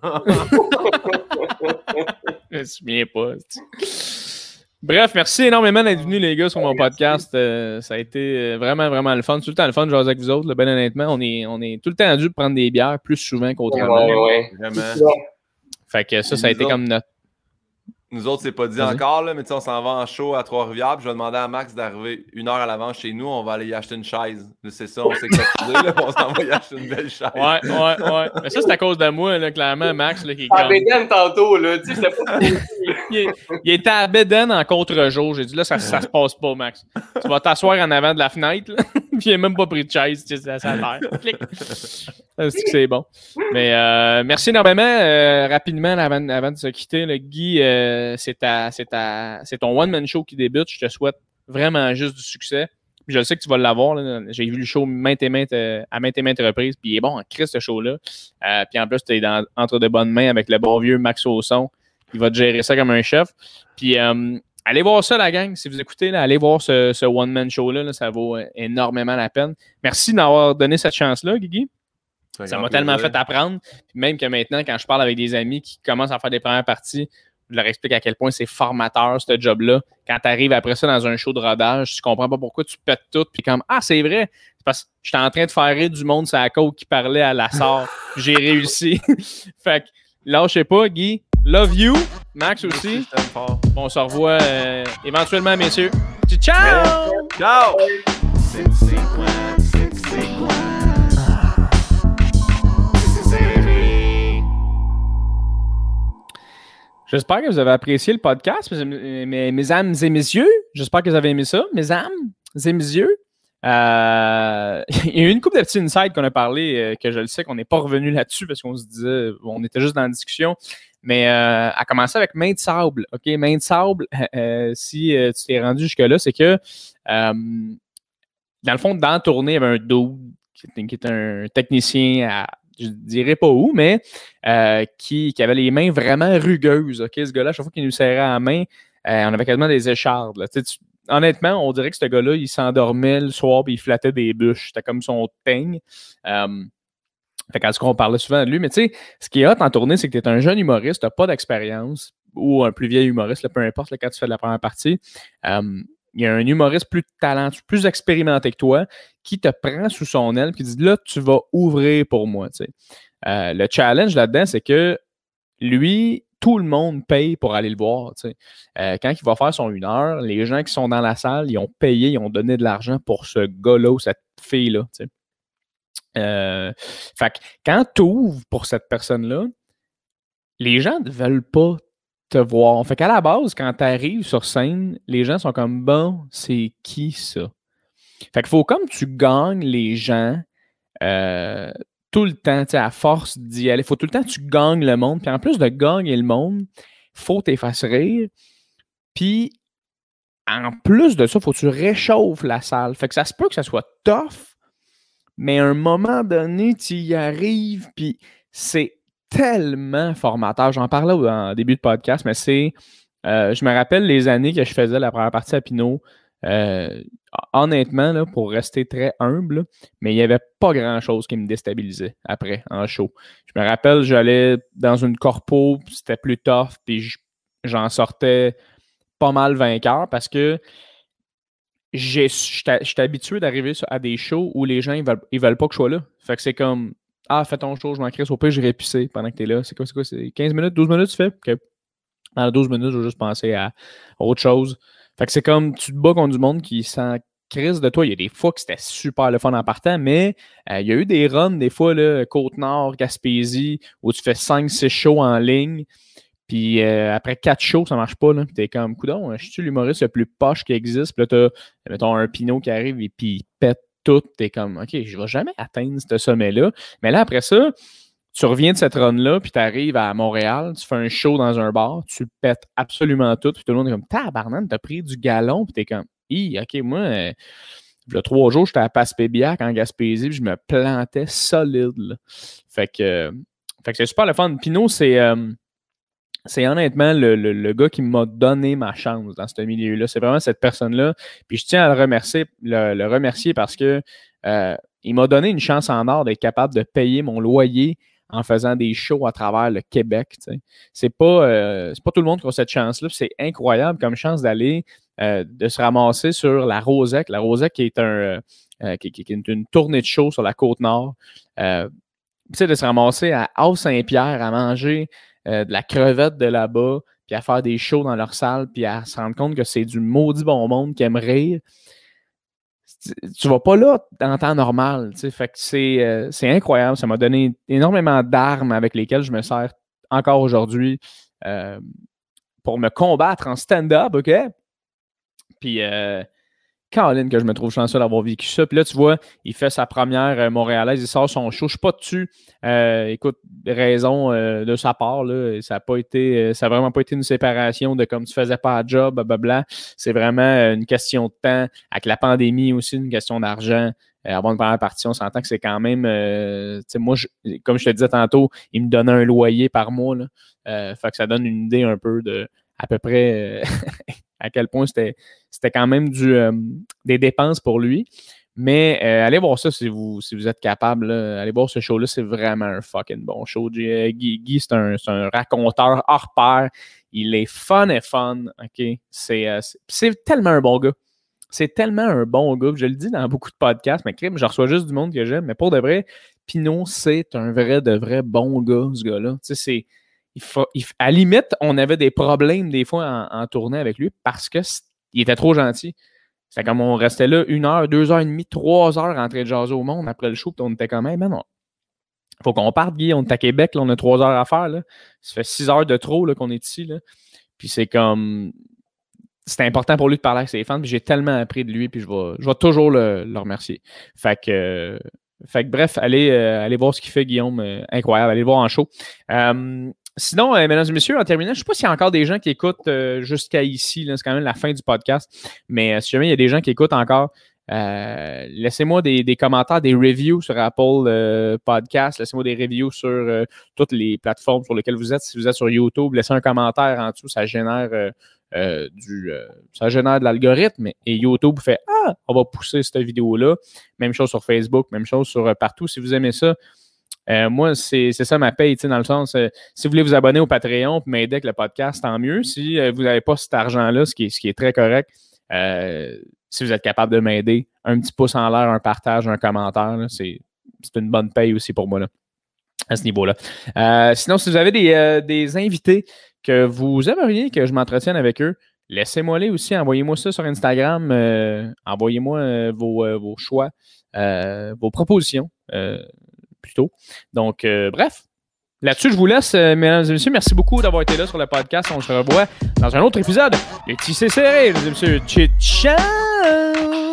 Je me souviens pas. Bref, merci énormément d'être venus, les gars, sur mon podcast. Ça a été vraiment, vraiment le fun. C'est tout le temps le fun de jaser avec vous autres, là, ben honnêtement. On est tout le temps dû prendre des bières plus souvent qu'autrement. Ouais. Vraiment. Fait que ça a été comme notre... Nous autres, c'est pas dit encore, là, mais on s'en va en show à Trois-Rivières. Je vais demander à Max d'arriver 1 heure à l'avance chez nous. On va aller y acheter une chaise. C'est ça, on s'est cotisé, on s'en va y acheter une belle chaise. Ouais. Mais ça, c'est à cause de moi, là, clairement, Max. Là, qui est comme... Bédène tantôt, là. Tu sais, c'était pas... il était à Bédène en contre-jour. J'ai dit, là, ça se passe pas, Max. Tu vas t'asseoir en avant de la fenêtre, là. Puis il n'a même pas pris de chaise. Tu sais, ça a l'air. Clic. C'est bon. Mais merci énormément. Rapidement, avant de se quitter, là, Guy, c'est ton one-man show qui débute. Je te souhaite vraiment juste du succès. je sais que tu vas l'avoir. Là. J'ai vu le show à maintes et maintes reprises. Puis il est bon en Christ, ce show-là. Puis en plus, tu es entre de bonnes mains avec le bon vieux Max Ausson. Il va te gérer ça comme un chef. Puis allez voir ça, la gang. Si vous écoutez, là, allez voir ce one-man show-là. Là, ça vaut énormément la peine. Merci d'avoir donné cette chance-là, Guigui. Ça m'a tellement fait apprendre. Puis même que maintenant, quand je parle avec des amis qui commencent à faire des premières parties, je leur explique à quel point c'est formateur, ce job-là. Quand tu arrives après ça dans un show de rodage, tu comprends pas pourquoi tu pètes tout. Puis comme, ah, c'est vrai. C'est parce que j'étais en train de faire rire du monde sur la côte qui parlait à la SAR. J'ai réussi. Fait que, lâchez pas, Guy. Love you. Max aussi. On se revoit éventuellement, messieurs. Ciao! Ciao! J'espère que vous avez apprécié le podcast, mes âmes et mes yeux. J'espère que vous avez aimé ça, mes âmes et mes yeux. Il y a eu une couple de petits insights qu'on a parlé, que je le sais qu'on n'est pas revenu là-dessus parce qu'on se disait, on était juste dans la discussion. Mais à commencer avec Main de sable. OK, Main de sable, si tu t'es rendu jusque-là, c'est que dans le fond, dans la tournée, il y avait un dude qui était un technicien à je dirais pas où, mais qui avait les mains vraiment rugueuses. OK, ce gars-là, à chaque fois qu'il nous serrait la main, on avait quasiment des échardes. Là. Honnêtement, on dirait que ce gars-là, il s'endormait le soir et il flattait des bûches. C'était comme son teigne. Fait qu'en tout cas, on parlait souvent de lui. Mais tu sais, ce qui est hot en tournée, c'est que tu es un jeune humoriste, tu n'as pas d'expérience, ou un plus vieil humoriste, là, peu importe, là, quand tu fais de la première partie. Il y a un humoriste plus talentueux, plus expérimenté que toi, qui te prend sous son aile et qui dit là, tu vas ouvrir pour moi. Tu sais. Le challenge là-dedans, c'est que lui, tout le monde paye pour aller le voir. Tu sais. Quand il va faire son 1 heure, les gens qui sont dans la salle, ils ont payé, ils ont donné de l'argent pour ce gars-là ou cette fille-là. Tu sais. Fait que quand tu ouvres pour cette personne-là, les gens ne veulent pas te voir. Fait qu'à la base, quand tu arrives sur scène, les gens sont comme bon, c'est qui ça? Fait qu'il faut comme tu gagnes les gens tout le temps, à force d'y aller. Il faut tout le temps que tu gagnes le monde. Puis en plus de gagner le monde, il faut que tu fasses rire. Puis en plus de ça, il faut que tu réchauffes la salle. Fait que ça se peut que ça soit tough, mais à un moment donné, tu y arrives, puis c'est tellement formateur. J'en parlais en début de podcast, mais c'est... je me rappelle les années que je faisais la première partie à Pinot. Honnêtement, là, pour rester très humble, là, mais il n'y avait pas grand-chose qui me déstabilisait après, en show. Je me rappelle, j'allais dans une corpo, c'était plus tough, puis j'en sortais pas mal vainqueur parce que je suis habitué d'arriver à des shows où les gens, ils veulent pas que je sois là. Fait que c'est comme... Ah, fais ton show, je m'en crisse. Au pire, j'irai pisser pendant que t'es là. C'est quoi? C'est 15 minutes, 12 minutes, tu fais? OK. Dans 12 minutes, je vais juste penser à autre chose. Fait que c'est comme, tu te bats contre du monde qui s'en crisse de toi. Il y a des fois que c'était super le fun en partant, mais il y a eu des runs, des fois, là, Côte-Nord, Gaspésie, où tu fais 5-6 shows en ligne. Puis après 4 shows, ça marche pas. Là. Puis t'es comme, coudonc, je suis l'humoriste le plus poche qui existe. Puis là, t'as, mettons, un Pinot qui arrive et puis il pète tout, t'es comme, OK, je vais jamais atteindre ce sommet-là. Mais là, après ça, tu reviens de cette run-là, puis tu arrives à Montréal, tu fais un show dans un bar, tu pètes absolument tout, puis tout le monde est comme, tabarnak, t'as pris du galon, puis t'es comme, OK, moi, il y a 3 jours, j'étais à Passepébiac en Gaspésie, puis je me plantais solide, là. Fait que c'est super le fun. Pinot, c'est honnêtement le gars qui m'a donné ma chance dans ce milieu-là. C'est vraiment cette personne-là. Puis je tiens à le remercier parce que il m'a donné une chance en or d'être capable de payer mon loyer en faisant des shows à travers le Québec. T'sais. C'est pas tout le monde qui a cette chance-là. C'est incroyable comme chance d'aller, de se ramasser sur la Rosec. La Rosec qui est une tournée de show sur la Côte-Nord. De se ramasser à Haut-Saint-Pierre à manger de la crevette de là-bas, puis à faire des shows dans leur salle, puis à se rendre compte que c'est du maudit bon monde qui aime rire. Tu vas pas là en temps normal. Fait que c'est incroyable. Ça m'a donné énormément d'armes avec lesquelles je me sers encore aujourd'hui pour me combattre en stand-up, OK? Puis Caroline, que je me trouve chanceux d'avoir vécu ça. Puis là, tu vois, il fait sa première montréalaise, il sort son show. Je suis pas dessus. Écoute, raison de sa part, là, ça a vraiment pas été une séparation de comme tu faisais pas de job, blablabla. C'est vraiment une question de temps. Avec la pandémie aussi, une question d'argent. Avant une première partie, on s'entend que c'est quand même... tu sais, moi, comme je te disais tantôt, il me donnait un loyer par mois. Là. Fait que ça donne une idée un peu de à peu près à quel point c'était quand même des dépenses pour lui. Mais allez voir ça si vous êtes capable. Là. Allez voir ce show-là, c'est vraiment un fucking bon show. Guy, c'est un raconteur hors pair. Il est fun. OK? C'est tellement un bon gars. C'est tellement un bon gars. Je le dis dans beaucoup de podcasts, mais je reçois juste du monde que j'aime. Mais pour de vrai, Pinot, c'est un vrai bon gars, ce gars-là. Tu sais, à la limite, on avait des problèmes des fois en tournée avec lui parce qu'il était trop gentil. C'est comme on restait là 1 heure, 2 heures et demie, 3 heures en train de jaser au monde après le show, puis on était quand même, non. Faut qu'on parte, Guy, on est à Québec, là, on a 3 heures à faire. Là. Ça fait 6 heures de trop là, qu'on est ici. Là. Puis c'est comme... C'était important pour lui de parler avec ses fans, puis j'ai tellement appris de lui, puis je vais toujours le remercier. Fait que bref, allez voir ce qu'il fait, Guillaume. Incroyable, allez le voir en show. Sinon, mesdames et messieurs, en terminant, je ne sais pas s'il y a encore des gens qui écoutent jusqu'à ici. Là, c'est quand même la fin du podcast. Mais si jamais il y a des gens qui écoutent encore, laissez-moi des commentaires, des reviews sur Apple Podcast. Laissez-moi des reviews sur toutes les plateformes sur lesquelles vous êtes. Si vous êtes sur YouTube, laissez un commentaire en dessous. Ça génère de l'algorithme. Et YouTube fait « Ah, on va pousser cette vidéo-là. » Même chose sur Facebook, même chose sur partout. Si vous aimez ça, moi, c'est ça ma paye, dans le sens, si vous voulez vous abonner au Patreon et m'aider avec le podcast, tant mieux. Si vous n'avez pas cet argent-là, ce qui est très correct, si vous êtes capable de m'aider, un petit pouce en l'air, un partage, un commentaire, là, c'est une bonne paye aussi pour moi là, à ce niveau-là. Sinon, si vous avez des invités que vous aimeriez que je m'entretienne avec eux, laissez-moi-les aussi, envoyez-moi ça sur Instagram, envoyez-moi vos choix, vos propositions. Plutôt. Donc, bref, là-dessus, je vous laisse, mesdames et messieurs. Merci beaucoup d'avoir été là sur le podcast. On se revoit dans un autre épisode de Tissé Serré, mesdames et messieurs. Ciao!